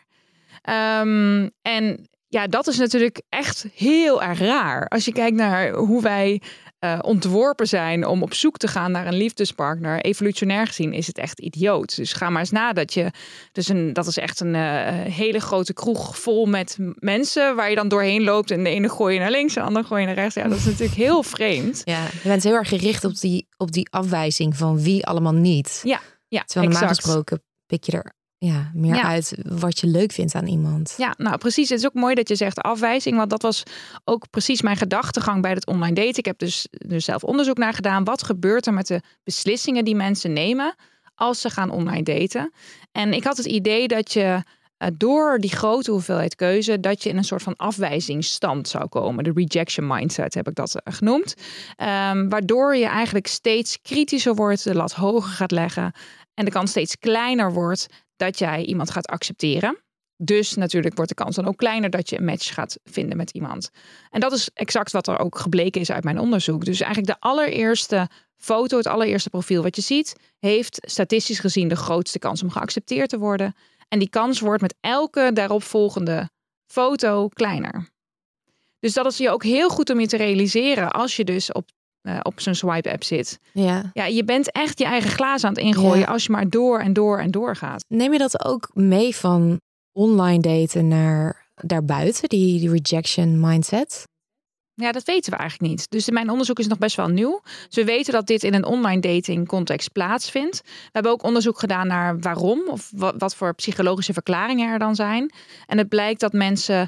En dat is natuurlijk echt heel erg raar. Als je kijkt naar hoe wij ontworpen zijn om op zoek te gaan naar een liefdespartner. Evolutionair gezien is het echt idioot. Dus ga maar eens na dat je... dat is echt een hele grote kroeg vol met mensen waar je dan doorheen loopt en de ene gooi je naar links en de andere gooi je naar rechts. Ja, dat is natuurlijk heel vreemd. Ja, je bent heel erg gericht op die afwijzing van wie allemaal niet. Ja, terwijl normaal gesproken pik je er meer uit wat je leuk vindt aan iemand. Ja, nou precies. Het is ook mooi dat je zegt afwijzing. Want dat was ook precies mijn gedachtegang bij het online daten. Ik heb dus zelf onderzoek naar gedaan. Wat gebeurt er met de beslissingen die mensen nemen als ze gaan online daten? En ik had het idee dat je door die grote hoeveelheid keuze, dat je in een soort van afwijzingsstand zou komen. De rejection mindset heb ik dat genoemd. Waardoor je eigenlijk steeds kritischer wordt, de lat hoger gaat leggen. En de kans steeds kleiner wordt dat jij iemand gaat accepteren. Dus natuurlijk wordt de kans dan ook kleiner dat je een match gaat vinden met iemand. En dat is exact wat er ook gebleken is uit mijn onderzoek. Dus eigenlijk de allereerste foto, het allereerste profiel wat je ziet, heeft statistisch gezien de grootste kans om geaccepteerd te worden. En die kans wordt met elke daaropvolgende foto kleiner. Dus dat is je ook heel goed om je te realiseren als je dus op zo'n swipe-app zit. Ja, je bent echt je eigen glaas aan het ingooien als je maar door en door en door gaat. Neem je dat ook mee van online daten naar daarbuiten, die rejection mindset? Ja, dat weten we eigenlijk niet. Dus mijn onderzoek is nog best wel nieuw. Dus we weten dat dit in een online dating context plaatsvindt. We hebben ook onderzoek gedaan naar waarom of wat voor psychologische verklaringen er dan zijn. En het blijkt dat mensen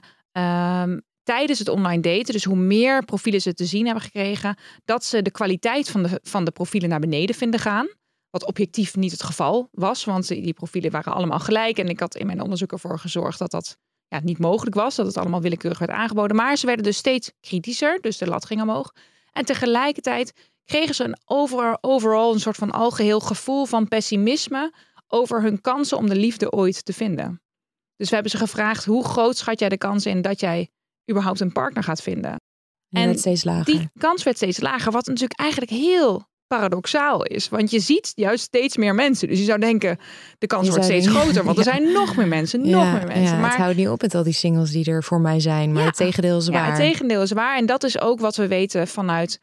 tijdens het online daten, dus hoe meer profielen ze te zien hebben gekregen, dat ze de kwaliteit van de profielen naar beneden vinden gaan. Wat objectief niet het geval was, want die profielen waren allemaal gelijk. En ik had in mijn onderzoek ervoor gezorgd dat dat niet mogelijk was, dat het allemaal willekeurig werd aangeboden. Maar ze werden dus steeds kritischer, dus de lat ging omhoog. En tegelijkertijd kregen ze een overal een soort van algeheel gevoel van pessimisme over hun kansen om de liefde ooit te vinden. Dus we hebben ze gevraagd, hoe groot schat jij de kans in dat jij überhaupt een partner gaat vinden? En steeds lager. Die kans werd steeds lager, wat natuurlijk eigenlijk heel paradoxaal is. Want je ziet juist steeds meer mensen. Dus je zou denken, de kans wordt steeds groter. Want er zijn nog meer mensen, nog meer mensen. Ja, maar het houdt niet op met al die singles die er voor mij zijn. Maar het tegendeel is waar. Ja, het tegendeel is waar. En dat is ook wat we weten vanuit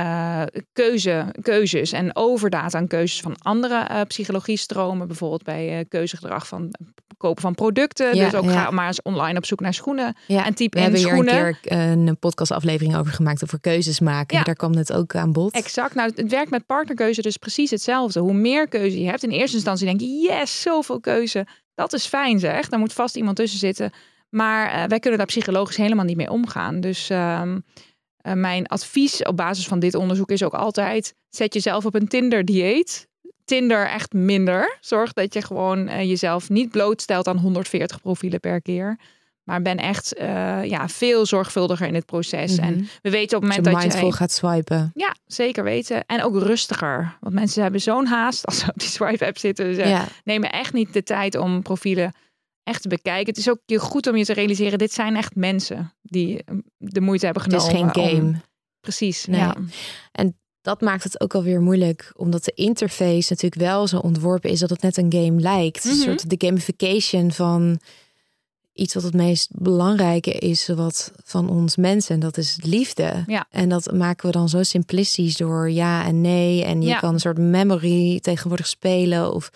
keuzes en overdata aan keuzes van andere psychologiestromen. Bijvoorbeeld bij keuzegedrag van kopen van producten. Dus ook ga maar eens online op zoek naar schoenen. En type in schoenen. We hebben hier een keer een podcastaflevering over gemaakt over keuzes maken. Ja. Daar kwam het ook aan bod. Exact. Nou, het werkt met partnerkeuze dus precies hetzelfde. Hoe meer keuze je hebt, in eerste instantie denk je, yes, zoveel keuze. Dat is fijn zeg. Daar moet vast iemand tussen zitten. Maar wij kunnen daar psychologisch helemaal niet mee omgaan. Dus mijn advies op basis van dit onderzoek is ook altijd... zet jezelf op een Tinder-dieet. Tinder echt minder. Zorg dat je gewoon jezelf niet blootstelt aan 140 profielen per keer. Maar ben echt veel zorgvuldiger in het proces. Mm-hmm. En we weten op het moment dat je... mindful gaat swipen. Ja, zeker weten. En ook rustiger. Want mensen hebben zo'n haast als ze op die swipe-app zitten. Ze nemen echt niet de tijd om profielen echt te bekijken. Het is ook goed om je te realiseren... dit zijn echt mensen die de moeite hebben genomen. Het is geen game. Precies, nee. ja. En dat maakt het ook alweer moeilijk. Omdat de interface natuurlijk wel zo ontworpen is... dat het net een game lijkt. Een soort de gamification van... iets wat het meest belangrijke is wat van ons mensen. En dat is liefde. Ja. En dat maken we dan zo simplistisch door ja en nee. En je kan een soort memory tegenwoordig spelen. Of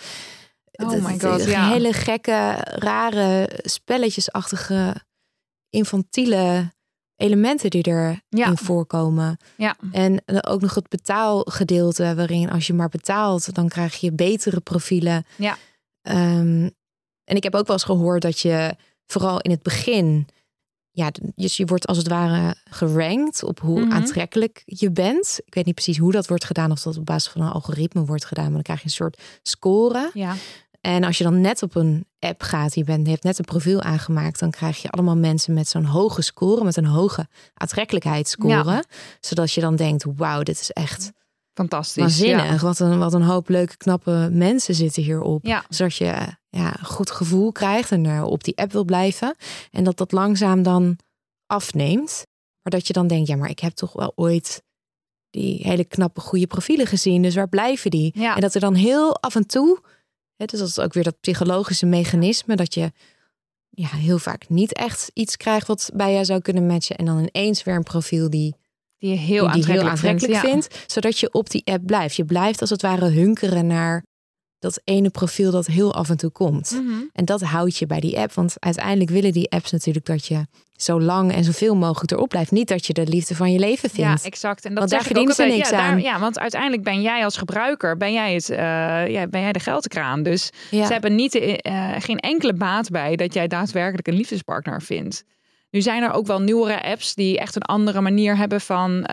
hele gekke, rare, spelletjesachtige, infantiele elementen die erin voorkomen. Ja. En ook nog het betaalgedeelte, waarin als je maar betaalt, dan krijg je betere profielen. Ja. En ik heb ook wel eens gehoord dat je vooral in het begin, je wordt als het ware gerankt op hoe aantrekkelijk je bent. Ik weet niet precies hoe dat wordt gedaan, of dat op basis van een algoritme wordt gedaan, maar dan krijg je een soort score. Ja. En als je dan net op een app gaat, je hebt net een profiel aangemaakt, dan krijg je allemaal mensen met zo'n hoge score, met een hoge aantrekkelijkheidsscore. Ja. Zodat je dan denkt, wauw, dit is echt fantastisch. Waanzinnig. Ja. Wat een hoop leuke, knappe mensen zitten hierop. Ja. Zodat je een goed gevoel krijgt en op die app wil blijven. En dat langzaam dan afneemt. Maar dat je dan denkt, ja, maar ik heb toch wel ooit die hele knappe, goede profielen gezien. Dus waar blijven die? Ja. En dat er dan heel af en toe, dus dat is ook weer dat psychologische mechanisme, dat je heel vaak niet echt iets krijgt wat bij jou zou kunnen matchen. En dan ineens weer een profiel die je heel aantrekkelijk vindt. Zodat je op die app blijft. Je blijft als het ware hunkeren naar dat ene profiel dat heel af en toe komt. Mm-hmm. En dat houdt je bij die app. Want uiteindelijk willen die apps natuurlijk dat je zo lang en zoveel mogelijk erop blijft. Niet dat je de liefde van je leven vindt. Ja, exact. En dat want daar verdienen ze niks aan. Want uiteindelijk ben jij als gebruiker, ben jij de geldkraan. Dus ze hebben geen enkele baat bij dat jij daadwerkelijk een liefdespartner vindt. Nu zijn er ook wel nieuwere apps die echt een andere manier hebben van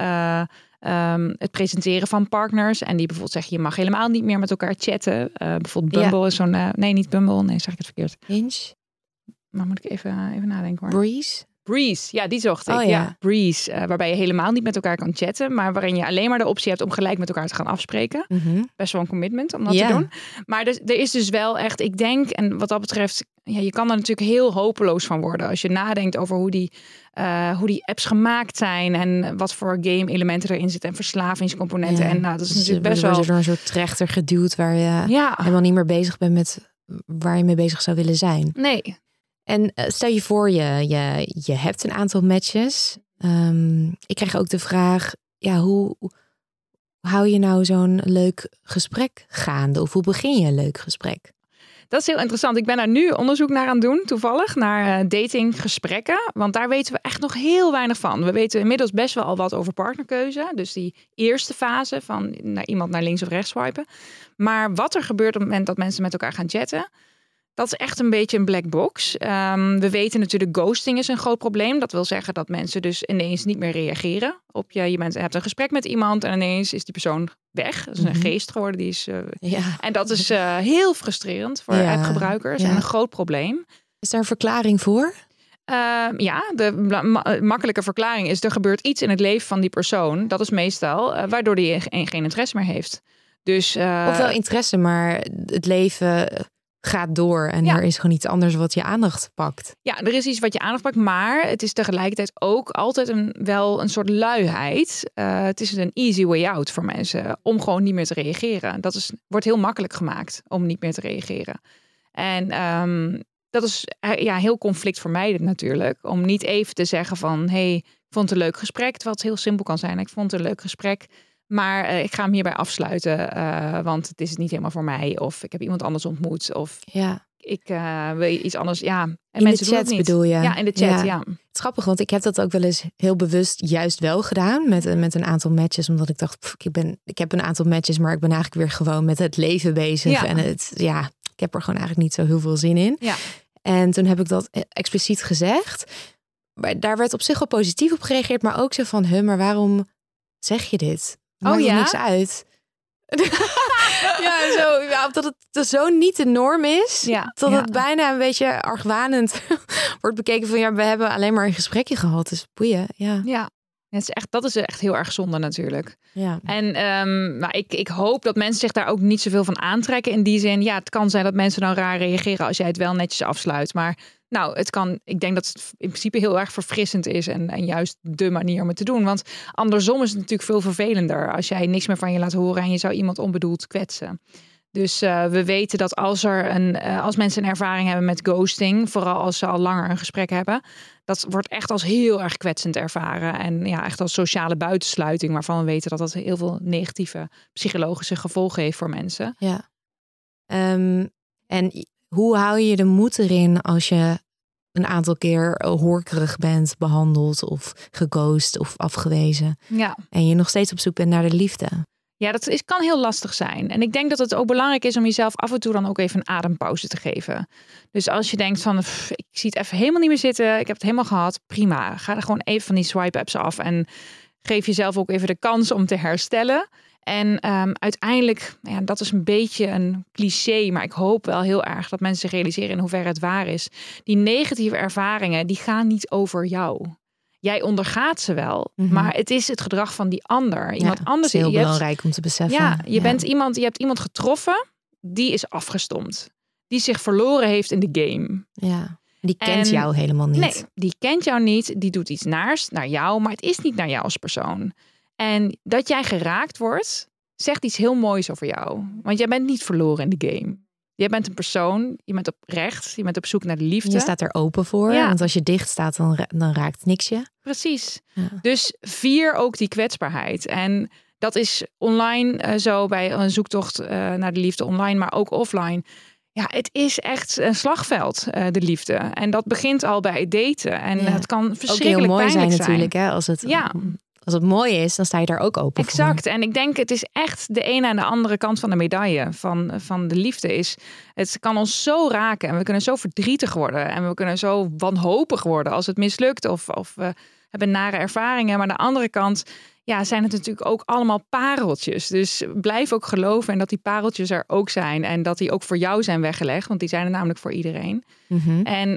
het presenteren van partners. En die bijvoorbeeld zeggen, je mag helemaal niet meer met elkaar chatten. Bijvoorbeeld Bumble is zo'n... nee, niet Bumble. Nee, zeg ik het verkeerd. Hinge? Maar moet ik even nadenken hoor. Breeze, ja, die zocht ik. Ja, Breeze, waarbij je helemaal niet met elkaar kan chatten, maar waarin je alleen maar de optie hebt om gelijk met elkaar te gaan afspreken. Mm-hmm. Best wel een commitment om dat te doen. Maar er is dus wel echt, ik denk, en wat dat betreft, je kan er natuurlijk heel hopeloos van worden als je nadenkt over hoe die apps gemaakt zijn en wat voor game-elementen erin zitten en verslavingscomponenten. En dat is natuurlijk best wel door een soort trechter geduwd waar je helemaal niet meer bezig bent met waar je mee bezig zou willen zijn. Nee. En stel je voor, je hebt een aantal matches. Ik krijg ook de vraag, hoe hou je nou zo'n leuk gesprek gaande? Of hoe begin je een leuk gesprek? Dat is heel interessant. Ik ben daar nu onderzoek naar aan het doen, toevallig, naar datinggesprekken. Want daar weten we echt nog heel weinig van. We weten inmiddels best wel al wat over partnerkeuze. Dus die eerste fase van iemand naar links of rechts swipen. Maar wat er gebeurt op het moment dat mensen met elkaar gaan chatten, dat is echt een beetje een black box. We weten natuurlijk, ghosting is een groot probleem. Dat wil zeggen dat mensen dus ineens niet meer reageren op je. Je hebt een gesprek met iemand en ineens is die persoon weg. Dat is een geest geworden. Die is, En dat is heel frustrerend voor appgebruikers en een groot probleem. Is daar een verklaring voor? De makkelijke verklaring is, er gebeurt iets in het leven van die persoon. Dat is meestal waardoor die geen interesse meer heeft. Dus, of wel interesse, maar het leven gaat door en er is gewoon iets anders wat je aandacht pakt. Ja, er is iets wat je aandacht pakt, maar het is tegelijkertijd ook altijd wel een soort luiheid. Het is een easy way out voor mensen om gewoon niet meer te reageren. Wordt heel makkelijk gemaakt om niet meer te reageren. En dat is heel conflictvermijdend natuurlijk. Om niet even te zeggen van, hey, ik vond het een leuk gesprek. Terwijl het heel simpel kan zijn. Ik vond het een leuk gesprek. Maar ik ga hem hierbij afsluiten, want het is niet helemaal voor mij. Of ik heb iemand anders ontmoet. Of ik wil iets anders. Ja, en in mensen de chat doen het niet. Bedoel je? Ja, in de chat, ja. Het is grappig, want ik heb dat ook wel eens heel bewust juist wel gedaan. Met een aantal matches. Omdat ik dacht, ik heb een aantal matches, maar ik ben eigenlijk weer gewoon met het leven bezig. Ja. En ik heb er gewoon eigenlijk niet zo heel veel zin in. Ja. En toen heb ik dat expliciet gezegd. Maar daar werd op zich wel positief op gereageerd. Maar ook zo van, maar waarom zeg je dit? Maakt er niks uit. Dat het zo niet de norm is. Ja, dat het bijna een beetje argwanend wordt bekeken van... we hebben alleen maar een gesprekje gehad. Dus boeien, ja. Dat is echt heel erg zonde natuurlijk. Ja. En maar ik hoop dat mensen zich daar ook niet zoveel van aantrekken. In die zin, het kan zijn dat mensen dan raar reageren als jij het wel netjes afsluit. Maar ik denk dat het in principe heel erg verfrissend is. En juist de manier om het te doen. Want andersom is het natuurlijk veel vervelender. Als jij niks meer van je laat horen en je zou iemand onbedoeld kwetsen. Dus we weten dat als mensen een ervaring hebben met ghosting, vooral als ze al langer een gesprek hebben, dat wordt echt als heel erg kwetsend ervaren. En echt als sociale buitensluiting, waarvan we weten dat dat heel veel negatieve psychologische gevolgen heeft voor mensen. Ja. En hoe hou je de moed erin als je een aantal keer horkerig bent behandeld of geghost of afgewezen? Ja. En je nog steeds op zoek bent naar de liefde? Ja, kan heel lastig zijn. En ik denk dat het ook belangrijk is om jezelf af en toe dan ook even een adempauze te geven. Dus als je denkt van, ik zie het even helemaal niet meer zitten. Ik heb het helemaal gehad. Prima. Ga er gewoon even van die swipe apps af. En geef jezelf ook even de kans om te herstellen. En uiteindelijk, dat is een beetje een cliché. Maar ik hoop wel heel erg dat mensen zich realiseren in hoeverre het waar is. Die negatieve ervaringen, die gaan niet over jou. Jij ondergaat ze wel, maar het is het gedrag van die ander. Iemand anders. Het is heel belangrijk om te beseffen. Je hebt iemand getroffen, die is afgestompt. Die zich verloren heeft in de game. Ja, die kent jou helemaal niet. Nee, die kent jou niet. Die doet iets naars naar jou, maar het is niet naar jou als persoon. En dat jij geraakt wordt, zegt iets heel moois over jou. Want jij bent niet verloren in de game. Je bent een persoon, je bent oprecht, je bent op zoek naar de liefde. Je staat er open voor, want als je dicht staat, dan raakt niks je. Precies. Ja. Dus vier ook die kwetsbaarheid. En dat is online zo bij een zoektocht naar de liefde online, maar ook offline. Ja, het is echt een slagveld, de liefde. En dat begint al bij het daten. En het kan verschrikkelijk ook heel mooi zijn natuurlijk, hè, als het mooi is, dan sta je daar ook open voor. Exact. En ik denk, het is echt de ene en de andere kant van de medaille van de liefde. Het kan ons zo raken en we kunnen zo verdrietig worden. En we kunnen zo wanhopig worden als het mislukt. Of we hebben nare ervaringen. Maar aan de andere kant zijn het natuurlijk ook allemaal pareltjes. Dus blijf ook geloven en dat die pareltjes er ook zijn. En dat die ook voor jou zijn weggelegd. Want die zijn er namelijk voor iedereen. Mm-hmm. En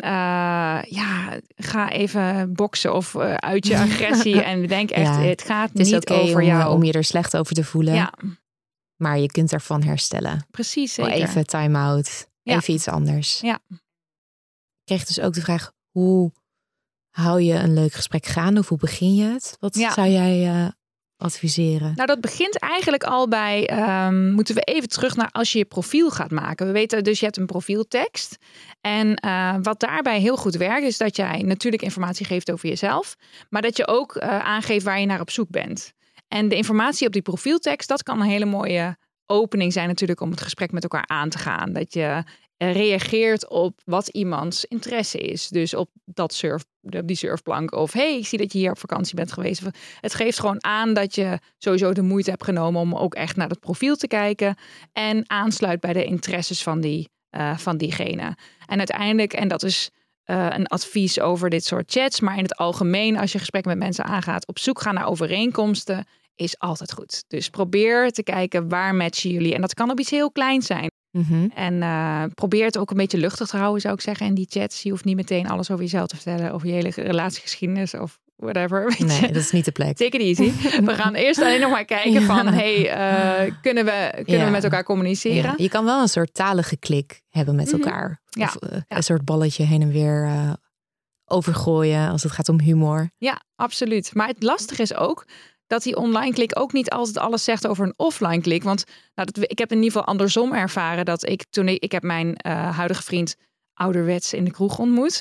ga even boksen of uit je agressie. En denk echt, het gaat niet over jou. Om je er slecht over te voelen. Ja. Maar je kunt ervan herstellen. Precies, zeker. Even time-out. Even iets anders. Ja. Ik kreeg dus ook de vraag, hoe hou je een leuk gesprek gaande? Of hoe begin je het? Wat zou jij adviseren? Nou, dat begint eigenlijk al bij, moeten we even terug naar als je je profiel gaat maken. We weten dus, je hebt een profieltekst. En wat daarbij heel goed werkt, is dat jij natuurlijk informatie geeft over jezelf. Maar dat je ook aangeeft waar je naar op zoek bent. En de informatie op die profieltekst, dat kan een hele mooie opening zijn natuurlijk om het gesprek met elkaar aan te gaan. Dat je reageert op wat iemands interesse is. Dus op die surfplank. Of hey, ik zie dat je hier op vakantie bent geweest. Het geeft gewoon aan dat je sowieso de moeite hebt genomen om ook echt naar het profiel te kijken. En aansluit bij de interesses van diegene. En uiteindelijk, en dat is een advies over dit soort chats. Maar in het algemeen, als je gesprekken met mensen aangaat, op zoek gaan naar overeenkomsten is altijd goed. Dus probeer te kijken waar matchen jullie. En dat kan op iets heel kleins zijn. Mm-hmm. En probeer het ook een beetje luchtig te houden, zou ik zeggen, in die chats. Je hoeft niet meteen alles over jezelf te vertellen, over je hele relatiegeschiedenis of whatever. Weet je? Dat is niet de plek. Take it easy. We gaan eerst alleen nog maar kijken van, kunnen we met elkaar communiceren? Ja. Je kan wel een soort talige klik hebben met elkaar. Ja. Of een soort balletje heen en weer overgooien als het gaat om humor. Ja, absoluut. Maar het lastige is ook dat die online klik ook niet altijd alles zegt over een offline klik. Want ik heb in ieder geval andersom ervaren dat ik heb mijn huidige vriend ouderwets in de kroeg ontmoet.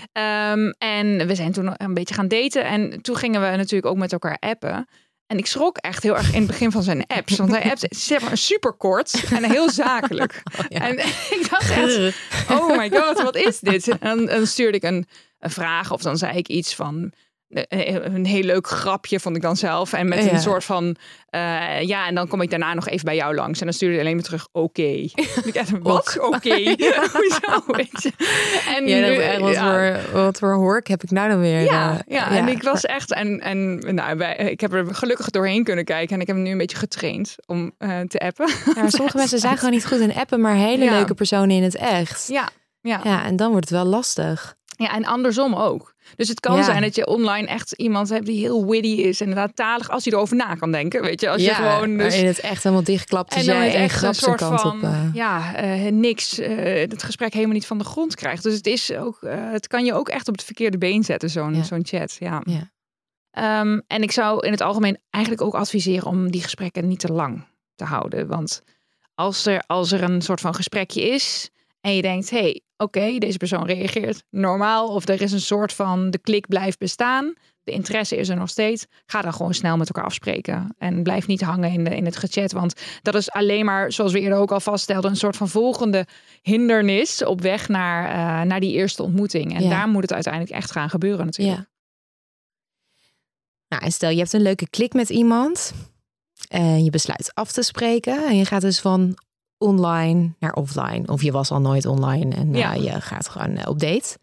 En we zijn toen een beetje gaan daten. En toen gingen we natuurlijk ook met elkaar appen. En ik schrok echt heel erg in het begin van zijn apps. Want hij appt zeg maar super kort en heel zakelijk. Oh, ja. En ik dacht echt, oh my god, wat is dit? En dan stuurde ik een vraag of dan zei ik iets van, een heel leuk grapje vond ik dan zelf. En met een soort van... en dan kom ik daarna nog even bij jou langs. En dan stuurde hij alleen maar terug, oké. Wat? Oké. Hoezo? Weet je? En wat voor hork heb ik nou dan weer? En ik was echt... ik heb er gelukkig doorheen kunnen kijken. En ik heb hem nu een beetje getraind om te appen. Ja, sommige mensen zijn gewoon niet goed in appen, maar hele leuke personen in het echt. Ja, en dan wordt het wel lastig. Ja, en andersom ook. Dus het kan zijn dat je online echt iemand hebt die heel witty is. En inderdaad talig als hij erover na kan denken. Weet je, als je gewoon... Dus... in het echt helemaal dichtklapt. Dus jij één grap zijn kant van, op. Niks. Het gesprek helemaal niet van de grond krijgt. Dus het is ook... het kan je ook echt op het verkeerde been zetten, zo'n chat. Ja. En ik zou in het algemeen eigenlijk ook adviseren om die gesprekken niet te lang te houden. Want als er een soort van gesprekje is... en je denkt, oké, deze persoon reageert normaal. Of er is een soort van, de klik blijft bestaan. De interesse is er nog steeds. Ga dan gewoon snel met elkaar afspreken. En blijf niet hangen in het gechat. Want dat is alleen maar, zoals we eerder ook al vaststelden... een soort van volgende hindernis op weg naar die eerste ontmoeting. En daar moet het uiteindelijk echt gaan gebeuren natuurlijk. Ja. Nou, en stel je hebt een leuke klik met iemand... en je besluit af te spreken. En je gaat dus van... online naar offline. Of je was al nooit online en je gaat gewoon op date.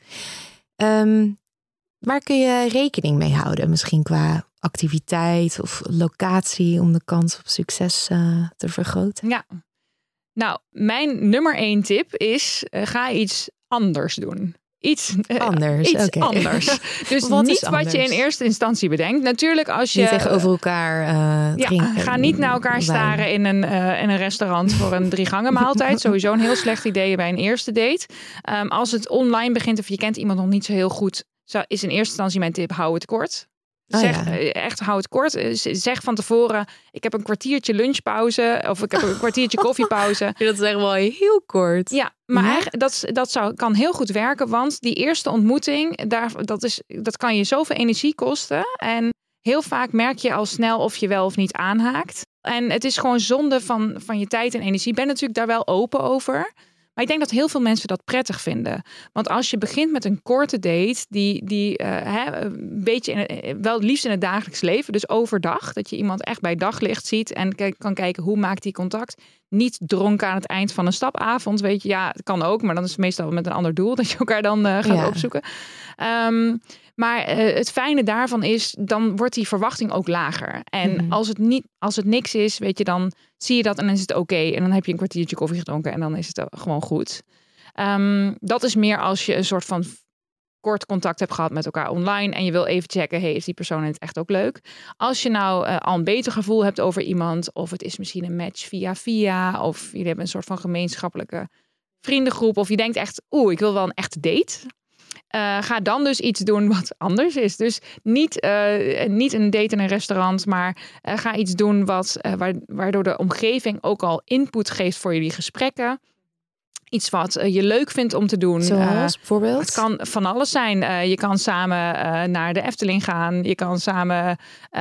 Waar kun je rekening mee houden? Misschien qua activiteit of locatie om de kans op succes te vergroten? Ja. Nou, mijn nummer 1 tip is ga iets anders doen. Iets anders. Dus niet wat je in eerste instantie bedenkt. Natuurlijk als je... Niet tegenover elkaar drinken. Ga niet naar elkaar staren in een restaurant voor een 3-gangen maaltijd. Sowieso een heel slecht idee bij een eerste date. Als het online begint of je kent iemand nog niet zo heel goed... is in eerste instantie mijn tip, hou het kort. Echt, hou het kort. Zeg van tevoren, ik heb een kwartiertje lunchpauze of ik heb een kwartiertje koffiepauze. Dat is echt wel heel kort. Ja, maar dat kan heel goed werken, want die eerste ontmoeting, dat kan je zoveel energie kosten. En heel vaak merk je al snel of je wel of niet aanhaakt. En het is gewoon zonde van je tijd en energie. Ik ben natuurlijk daar wel open over. Maar ik denk dat heel veel mensen dat prettig vinden. Want als je begint met een korte date, die een beetje wel het liefst in het dagelijks leven, dus overdag, dat je iemand echt bij daglicht ziet en kan kijken hoe maakt die contact. Niet dronken aan het eind van een stapavond, weet je. Ja, het kan ook, maar dan is het meestal met een ander doel dat je elkaar dan gaat opzoeken. Maar het fijne daarvan is, dan wordt die verwachting ook lager. En als het niks is, weet je, dan zie je dat en dan is het oké. En dan heb je een kwartiertje koffie gedronken en dan is het gewoon goed. Dat is meer als je een soort van kort contact hebt gehad met elkaar online en je wil even checken, is die persoon het echt ook leuk? Als je nou al een beter gevoel hebt over iemand, of het is misschien een match via, of jullie hebben een soort van gemeenschappelijke vriendengroep, of je denkt echt, ik wil wel een echte date. Ga dan dus iets doen wat anders is. Dus niet een date in een restaurant, maar ga iets doen waardoor de omgeving ook al input geeft voor jullie gesprekken. Iets wat je leuk vindt om te doen. Zoals bijvoorbeeld? Het kan van alles zijn. Je kan samen naar de Efteling gaan. Je kan samen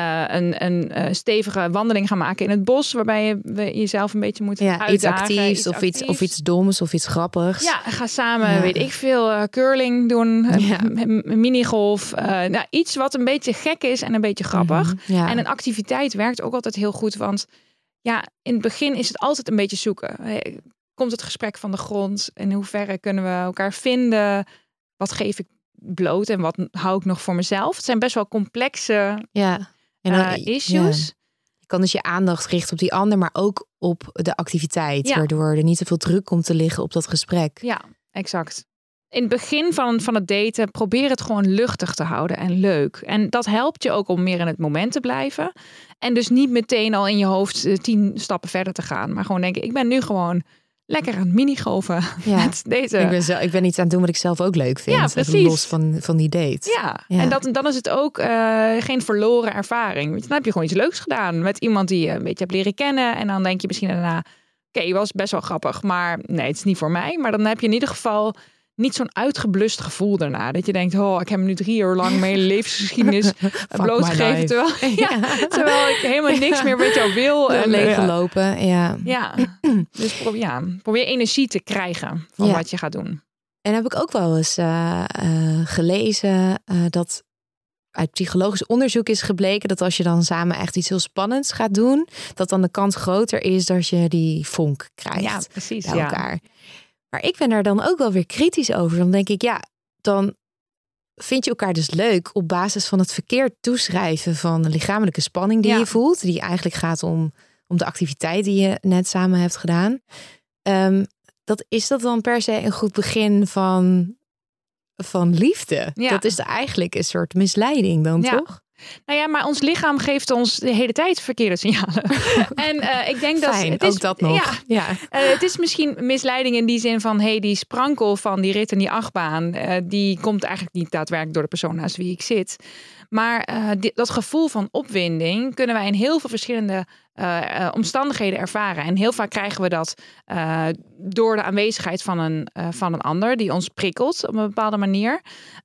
een stevige wandeling gaan maken in het bos. Waarbij je jezelf een beetje moet uitdagen. Iets actiefs of iets doms of iets grappigs. Ja, ga samen, weet ik veel, curling doen. Minigolf. Iets wat een beetje gek is en een beetje grappig. En een activiteit werkt ook altijd heel goed. Want in het begin is het altijd een beetje zoeken. Komt het gesprek van de grond? In hoeverre kunnen we elkaar vinden? Wat geef ik bloot en wat hou ik nog voor mezelf? Het zijn best wel complexe issues. Ja. Je kan dus je aandacht richten op die ander, maar ook op de activiteit. Waardoor er niet te veel druk komt te liggen op dat gesprek. Ja, exact. In het begin van het daten, probeer het gewoon luchtig te houden en leuk. En dat helpt je ook om meer in het moment te blijven. En dus niet meteen al in je hoofd 10 stappen verder te gaan. Maar gewoon denken, ik ben nu gewoon lekker aan het minigolfen met deze. Ik ben iets aan het doen wat ik zelf ook leuk vind. Ja, precies. Los van die date. Ja. En dan is het ook geen verloren ervaring. Dan heb je gewoon iets leuks gedaan met iemand die je een beetje hebt leren kennen. En dan denk je misschien daarna, oké, was best wel grappig. Maar nee, het is niet voor mij. Maar dan heb je in ieder geval niet zo'n uitgeblust gevoel daarna. Dat je denkt, ik heb nu 3 uur lang mijn hele levensgeschiedenis blootgegeven. Terwijl ik helemaal niks meer met jou wil. En leeggelopen, ja. Dus probeer energie te krijgen van wat je gaat doen. En heb ik ook wel eens gelezen dat uit psychologisch onderzoek is gebleken dat als je dan samen echt iets heel spannends gaat doen, dat dan de kans groter is dat je die vonk krijgt. Ja, precies. Bij elkaar. Maar ik ben daar dan ook wel weer kritisch over. Dan denk ik, dan vind je elkaar dus leuk op basis van het verkeerd toeschrijven van de lichamelijke spanning die je voelt. Die eigenlijk gaat om de activiteit die je net samen hebt gedaan. Is dat dan per se een goed begin van liefde? Ja. Dat is eigenlijk een soort misleiding dan, toch? Nou ja, maar ons lichaam geeft ons de hele tijd verkeerde signalen. En ik denk dat het is ook dat nog. Het is misschien misleiding in die zin van, die sprankel van die rit en die achtbaan, die komt eigenlijk niet daadwerkelijk door de persoon naast wie ik zit. Maar dat gevoel van opwinding kunnen wij in heel veel verschillende omstandigheden ervaren. En heel vaak krijgen we dat door de aanwezigheid van een ander die ons prikkelt op een bepaalde manier.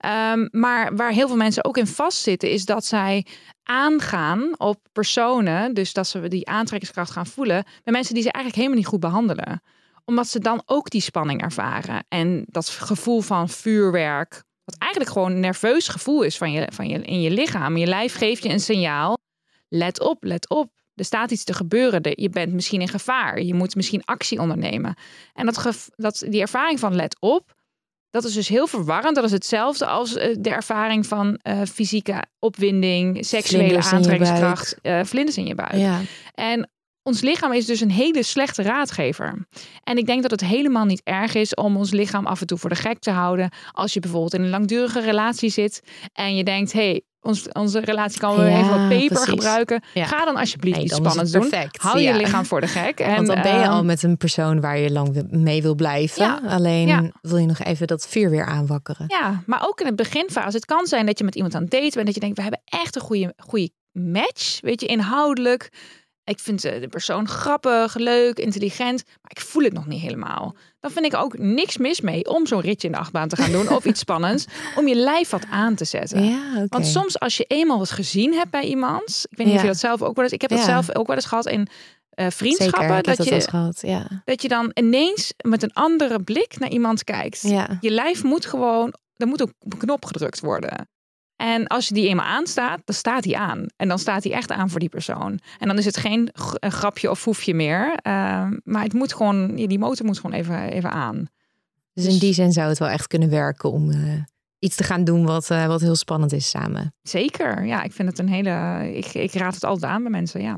Maar waar heel veel mensen ook in vastzitten is dat zij aangaan op personen, dus dat ze die aantrekkingskracht gaan voelen bij mensen die ze eigenlijk helemaal niet goed behandelen. Omdat ze dan ook die spanning ervaren. En dat gevoel van vuurwerk, wat eigenlijk gewoon een nerveus gevoel is van je in je lichaam. Je lijf geeft je een signaal. Let op, let op. Er staat iets te gebeuren. Je bent misschien in gevaar. Je moet misschien actie ondernemen. En die ervaring van let op, dat is dus heel verwarrend. Dat is hetzelfde als de ervaring van fysieke opwinding, seksuele aantrekkingskracht, vlinders in je buik. Ja. En ons lichaam is dus een hele slechte raadgever. En ik denk dat het helemaal niet erg is om ons lichaam af en toe voor de gek te houden. Als je bijvoorbeeld in een langdurige relatie zit en je denkt, onze relatie kan we even wat peper gebruiken. Ja. Ga dan alsjeblieft iets spannends doen. Hou je lichaam voor de gek. Want dan ben je al met een persoon waar je lang mee wil blijven. Ja. Alleen wil je nog even dat vuur weer aanwakkeren. Ja, maar ook in het beginfase. Het kan zijn dat je met iemand aan het daten bent. Dat je denkt, we hebben echt een goede match. Weet je, inhoudelijk. Ik vind de persoon grappig, leuk, intelligent. Maar ik voel het nog niet helemaal. Dan vind ik ook niks mis mee om zo'n ritje in de achtbaan te gaan doen. Of iets spannends. Om je lijf wat aan te zetten. Ja, okay. Want soms als je eenmaal wat gezien hebt bij iemand. Ik weet niet of je dat zelf ook wel eens. Ik heb dat zelf ook wel eens gehad in vriendschappen. Zeker, dat je dan ineens met een andere blik naar iemand kijkt. Ja. Je lijf moet gewoon, er moet een knop gedrukt worden. En als je die eenmaal aanstaat, dan staat hij aan. En dan staat hij echt aan voor die persoon. En dan is het geen grapje of foefje meer. Maar het moet gewoon, die motor moet gewoon even aan. Dus in die zin zou het wel echt kunnen werken om iets te gaan doen wat heel spannend is samen. Zeker, ja. Ik vind het een hele. Ik raad het altijd aan bij mensen, ja.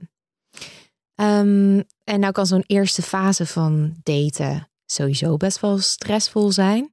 En nou kan zo'n eerste fase van daten sowieso best wel stressvol zijn.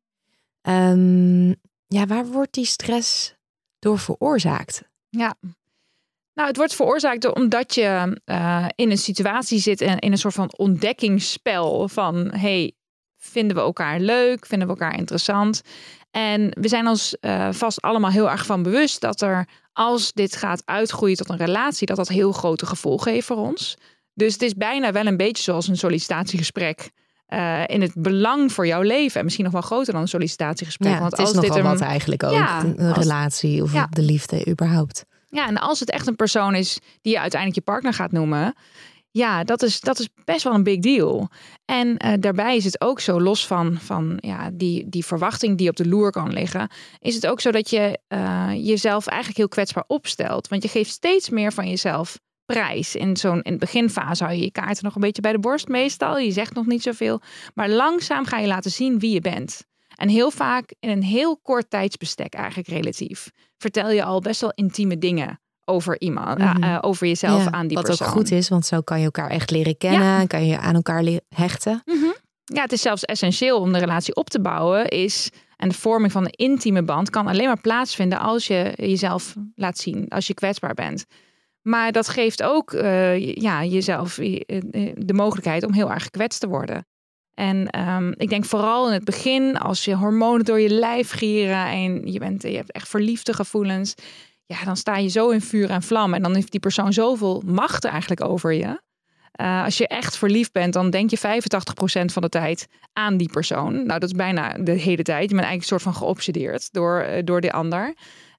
Waar wordt die stress door veroorzaakt? Ja, nou, het wordt veroorzaakt omdat je in een situatie zit en in een soort van ontdekkingsspel van, vinden we elkaar leuk? Vinden we elkaar interessant? En we zijn ons vast allemaal heel erg van bewust dat er, als dit gaat uitgroeien tot een relatie, dat heel grote gevolgen heeft voor ons. Dus het is bijna wel een beetje zoals een sollicitatiegesprek. In het belang voor jouw leven. En misschien nog wel groter dan een sollicitatiegesprek. Ja, want het is als nogal dit wat eigenlijk ook. Een relatie of de liefde überhaupt. Ja, en als het echt een persoon is die je uiteindelijk je partner gaat noemen. Ja, dat is best wel een big deal. En daarbij is het ook zo, los van die verwachting die op de loer kan liggen, is het ook zo dat je jezelf eigenlijk heel kwetsbaar opstelt. Want je geeft steeds meer van jezelf prijs. In de beginfase hou je je kaarten nog een beetje bij de borst meestal. Je zegt nog niet zoveel. Maar langzaam ga je laten zien wie je bent. En heel vaak in een heel kort tijdsbestek eigenlijk relatief. Vertel je al best wel intieme dingen over iemand. Over jezelf aan die persoon. Wat ook goed is, want zo kan je elkaar echt leren kennen. Ja. Kan je aan elkaar hechten. Mm-hmm. Ja, het is zelfs essentieel om de relatie op te bouwen. En de vorming van een intieme band kan alleen maar plaatsvinden als je jezelf laat zien. Als je kwetsbaar bent. Maar dat geeft ook jezelf de mogelijkheid om heel erg gekwetst te worden. En ik denk vooral in het begin, als je hormonen door je lijf gieren en je hebt echt verliefde gevoelens. Ja, dan sta je zo in vuur en vlam. En dan heeft die persoon zoveel macht eigenlijk over je. Als je echt verliefd bent, dan denk je 85% van de tijd aan die persoon. Nou, dat is bijna de hele tijd. Je bent eigenlijk een soort van geobsedeerd door de ander.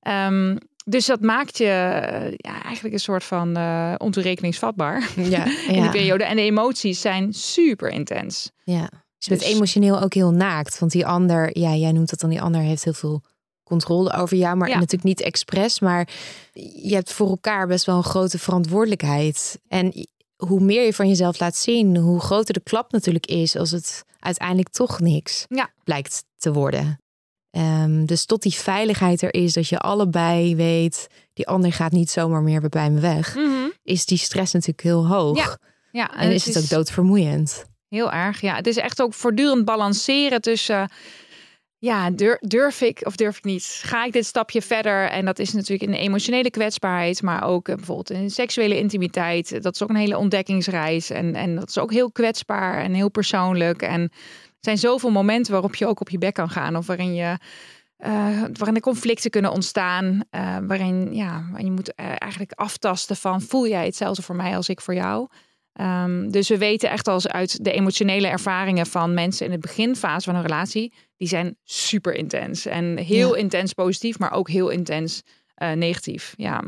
Dus dat maakt je eigenlijk een soort van ontoerekeningsvatbaar in die periode. En de emoties zijn super intens. Ja, dus je bent emotioneel ook heel naakt. Want die ander, jij noemt het dan, die ander heeft heel veel controle over jou, maar natuurlijk niet expres. Maar je hebt voor elkaar best wel een grote verantwoordelijkheid. En hoe meer je van jezelf laat zien, hoe groter de klap natuurlijk is als het uiteindelijk toch niks blijkt te worden. Dus tot die veiligheid er is, dat je allebei weet, die ander gaat niet zomaar meer bij me weg, is die stress natuurlijk heel hoog. Ja, en is het ook doodvermoeiend. Heel erg, ja. Het is echt ook voortdurend balanceren tussen... durf ik of durf ik niet? Ga ik dit stapje verder? En dat is natuurlijk in de emotionele kwetsbaarheid, maar ook bijvoorbeeld in seksuele intimiteit. Dat is ook een hele ontdekkingsreis. En dat is ook heel kwetsbaar en heel persoonlijk. En er zijn zoveel momenten waarop je ook op je bek kan gaan. Of waarin er conflicten kunnen ontstaan. Waarin je moet eigenlijk aftasten van, voel jij hetzelfde voor mij als ik voor jou? Dus we weten echt als uit de emotionele ervaringen van mensen in de beginfase van een relatie, die zijn super intens. En heel intens positief, maar ook heel intens negatief. Ja.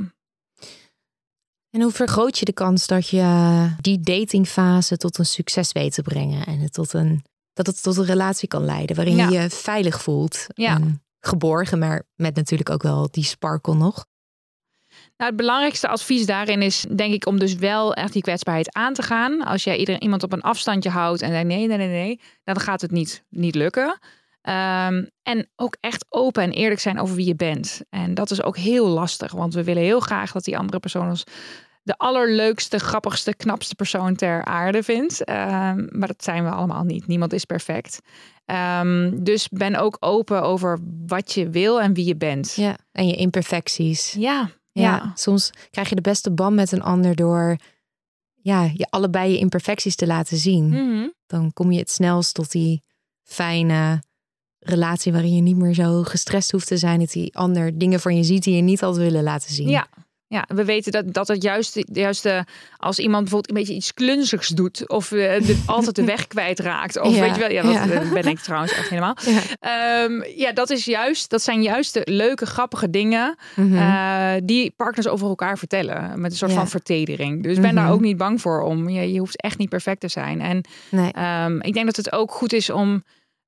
En hoe vergroot je de kans dat je die datingfase tot een succes weet te brengen? En dat het tot een relatie kan leiden waarin je je veilig voelt. Ja. En geborgen, maar met natuurlijk ook wel die sparkle nog. Nou, het belangrijkste advies daarin is, denk ik, om dus wel echt die kwetsbaarheid aan te gaan. Als jij iemand op een afstandje houdt en denkt nee, dan gaat het niet lukken. En ook echt open en eerlijk zijn over wie je bent. En dat is ook heel lastig, want we willen heel graag dat die andere persoon ons de allerleukste, grappigste, knapste persoon ter aarde vindt. Maar dat zijn we allemaal niet. Niemand is perfect. Dus ben ook open over wat je wil en wie je bent. Ja, en je imperfecties. Ja, soms krijg je de beste band met een ander door je allebei je imperfecties te laten zien. Mm-hmm. Dan kom je het snelst tot die fijne relatie waarin je niet meer zo gestrest hoeft te zijn. Dat die ander dingen van je ziet die je niet had willen laten zien. Ja, we weten dat het juist als iemand bijvoorbeeld een beetje iets klunzigs doet of altijd de weg kwijtraakt. Of weet je wel, dat ben ik trouwens echt helemaal. Dat zijn juist de leuke, grappige dingen die partners over elkaar vertellen. Met een soort van vertedering. Dus ben daar ook niet bang voor om. Je hoeft echt niet perfect te zijn. En ik denk dat het ook goed is om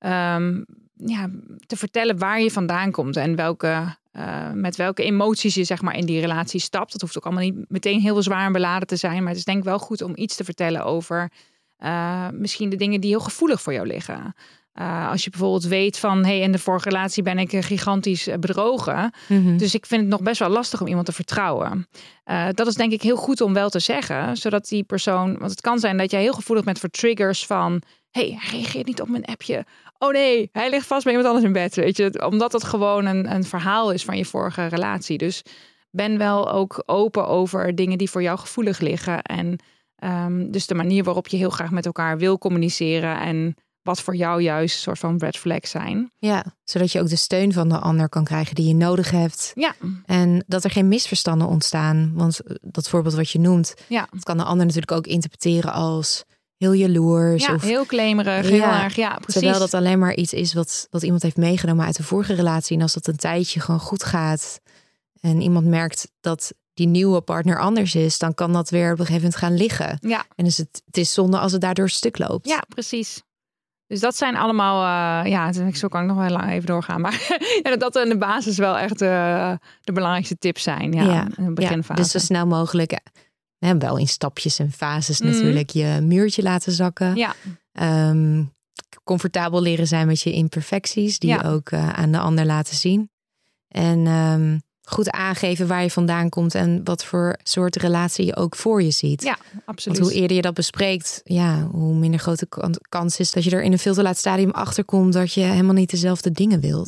te vertellen waar je vandaan komt en met welke emoties je zeg maar in die relatie stapt. Dat hoeft ook allemaal niet meteen heel zwaar en beladen te zijn. Maar het is denk ik wel goed om iets te vertellen over misschien de dingen die heel gevoelig voor jou liggen. Als je bijvoorbeeld weet van, in de vorige relatie ben ik gigantisch bedrogen. Dus ik vind het nog best wel lastig om iemand te vertrouwen. Dat is denk ik heel goed om wel te zeggen. Zodat die persoon, want het kan zijn dat jij heel gevoelig bent voor triggers van, hij reageert niet op mijn appje. Oh nee, hij ligt vast bij iemand anders in bed. Weet je? Omdat het gewoon een verhaal is van je vorige relatie. Dus ben wel ook open over dingen die voor jou gevoelig liggen. En dus de manier waarop je heel graag met elkaar wil communiceren. En wat voor jou juist een soort van red flags zijn. Ja, zodat je ook de steun van de ander kan krijgen die je nodig hebt. Ja. En dat er geen misverstanden ontstaan. Want dat voorbeeld wat je noemt, dat kan de ander natuurlijk ook interpreteren als heel jaloers. Ja, of heel claimerig. Heel erg, precies. Terwijl dat alleen maar iets is wat iemand heeft meegenomen uit de vorige relatie. En als dat een tijdje gewoon goed gaat en iemand merkt dat die nieuwe partner anders is, dan kan dat weer op een gegeven moment gaan liggen. Ja. En dus het is zonde als het daardoor stuk loopt. Ja, precies. Dus dat zijn allemaal, zo kan ik nog wel lang even doorgaan. Maar dat in de basis wel echt de belangrijkste tips zijn. In de beginfase. Dus zo snel mogelijk, wel in stapjes en fases natuurlijk, je muurtje laten zakken. Ja. Comfortabel leren zijn met je imperfecties, die je ook aan de ander laten zien. En goed aangeven waar je vandaan komt en wat voor soort relatie je ook voor je ziet. Ja, absoluut. Want hoe eerder je dat bespreekt, hoe minder grote kans is dat je er in een veel te laat stadium achterkomt dat je helemaal niet dezelfde dingen wilt.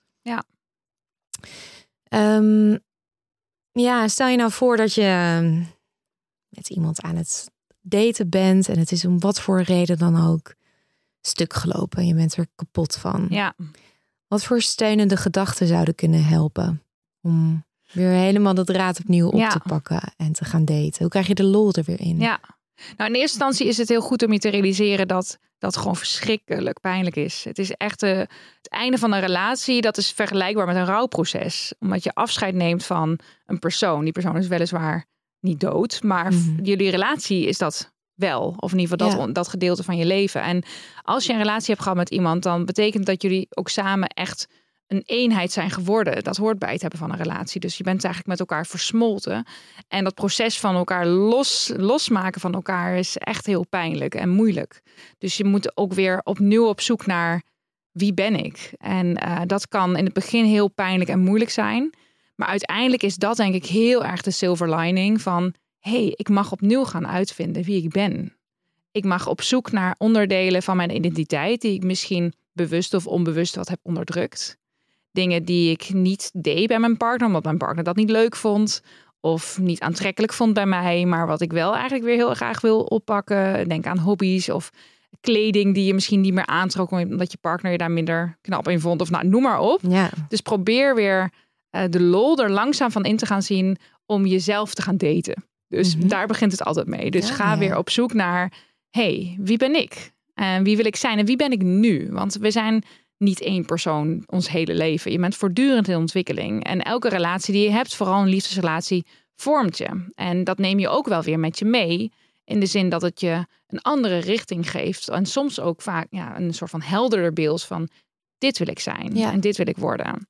Stel je nou voor dat je met iemand aan het daten bent en het is om wat voor reden dan ook stuk gelopen. Je bent er kapot van. Ja. Wat voor steunende gedachten zouden kunnen helpen om weer helemaal de draad opnieuw op te pakken en te gaan daten? Hoe krijg je de lol er weer in? Ja. Nou, in eerste instantie is het heel goed om je te realiseren dat dat gewoon verschrikkelijk pijnlijk is. Het is echt het einde van een relatie. Dat is vergelijkbaar met een rouwproces. Omdat je afscheid neemt van een persoon. Die persoon is weliswaar niet dood, maar jullie relatie is dat wel. Of in ieder geval dat gedeelte van je leven. En als je een relatie hebt gehad met iemand, dan betekent dat jullie ook samen echt een eenheid zijn geworden. Dat hoort bij het hebben van een relatie. Dus je bent eigenlijk met elkaar versmolten. En dat proces van elkaar losmaken van elkaar is echt heel pijnlijk en moeilijk. Dus je moet ook weer opnieuw op zoek naar wie ben ik? En dat kan in het begin heel pijnlijk en moeilijk zijn. Maar uiteindelijk is dat denk ik heel erg de silver lining van ik mag opnieuw gaan uitvinden wie ik ben. Ik mag op zoek naar onderdelen van mijn identiteit die ik misschien bewust of onbewust wat heb onderdrukt. Dingen die ik niet deed bij mijn partner, omdat mijn partner dat niet leuk vond of niet aantrekkelijk vond bij mij, maar wat ik wel eigenlijk weer heel graag wil oppakken. Denk aan hobby's of kleding die je misschien niet meer aantrok omdat je partner je daar minder knap in vond of noem maar op. Ja. Dus probeer weer de lol er langzaam van in te gaan zien om jezelf te gaan daten. Dus daar begint het altijd mee. Dus ga weer op zoek naar wie ben ik? En wie wil ik zijn? En wie ben ik nu? Want we zijn niet één persoon ons hele leven. Je bent voortdurend in ontwikkeling. En elke relatie die je hebt, vooral een liefdesrelatie, vormt je. En dat neem je ook wel weer met je mee. In de zin dat het je een andere richting geeft. En soms ook vaak een soort van helderder beeld van dit wil ik zijn. Ja. En dit wil ik worden.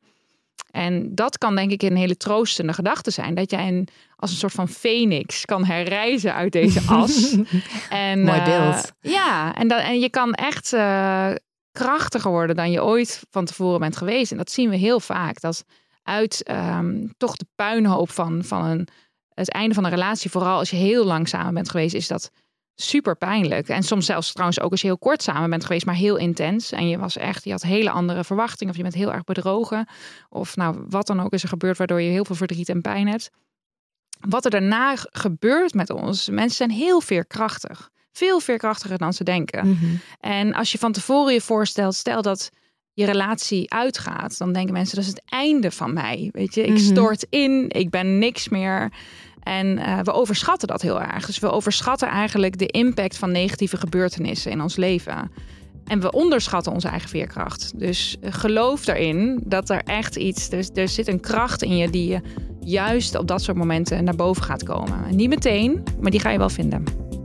En dat kan denk ik een hele troostende gedachte zijn. Dat jij als een soort van Phoenix kan herrijzen uit deze as. En, mooi beeld. En je kan echt krachtiger worden dan je ooit van tevoren bent geweest. En dat zien we heel vaak. Dat uit toch de puinhoop van het einde van een relatie, vooral als je heel lang samen bent geweest, is dat super pijnlijk. En soms zelfs trouwens ook als je heel kort samen bent geweest, maar heel intens. En je had hele andere verwachtingen. Of je bent heel erg bedrogen. Of wat dan ook is er gebeurd waardoor je heel veel verdriet en pijn hebt. Wat er daarna gebeurt met ons. Mensen zijn heel veerkrachtig. Veel veerkrachtiger dan ze denken. Mm-hmm. En als je van tevoren je voorstelt, stel dat je relatie uitgaat, dan denken mensen dat is het einde van mij. Weet je, ik stort in, ik ben niks meer. En we overschatten dat heel erg. Dus we overschatten eigenlijk de impact van negatieve gebeurtenissen in ons leven. En we onderschatten onze eigen veerkracht. Dus geloof erin dat er echt iets, er zit een kracht in je die je juist op dat soort momenten naar boven gaat komen. En niet meteen, maar die ga je wel vinden.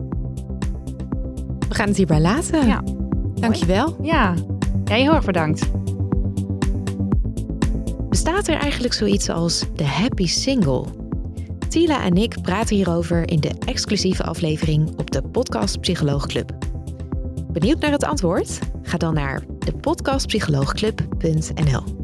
We gaan het hierbij laten. Ja. Dankjewel. Ja, jij heel erg bedankt. Bestaat er eigenlijk zoiets als de happy single? Tila en ik praten hierover in de exclusieve aflevering op de Podcast Psycholoog Club. Benieuwd naar het antwoord? Ga dan naar depodcastpsycholoogclub.nl.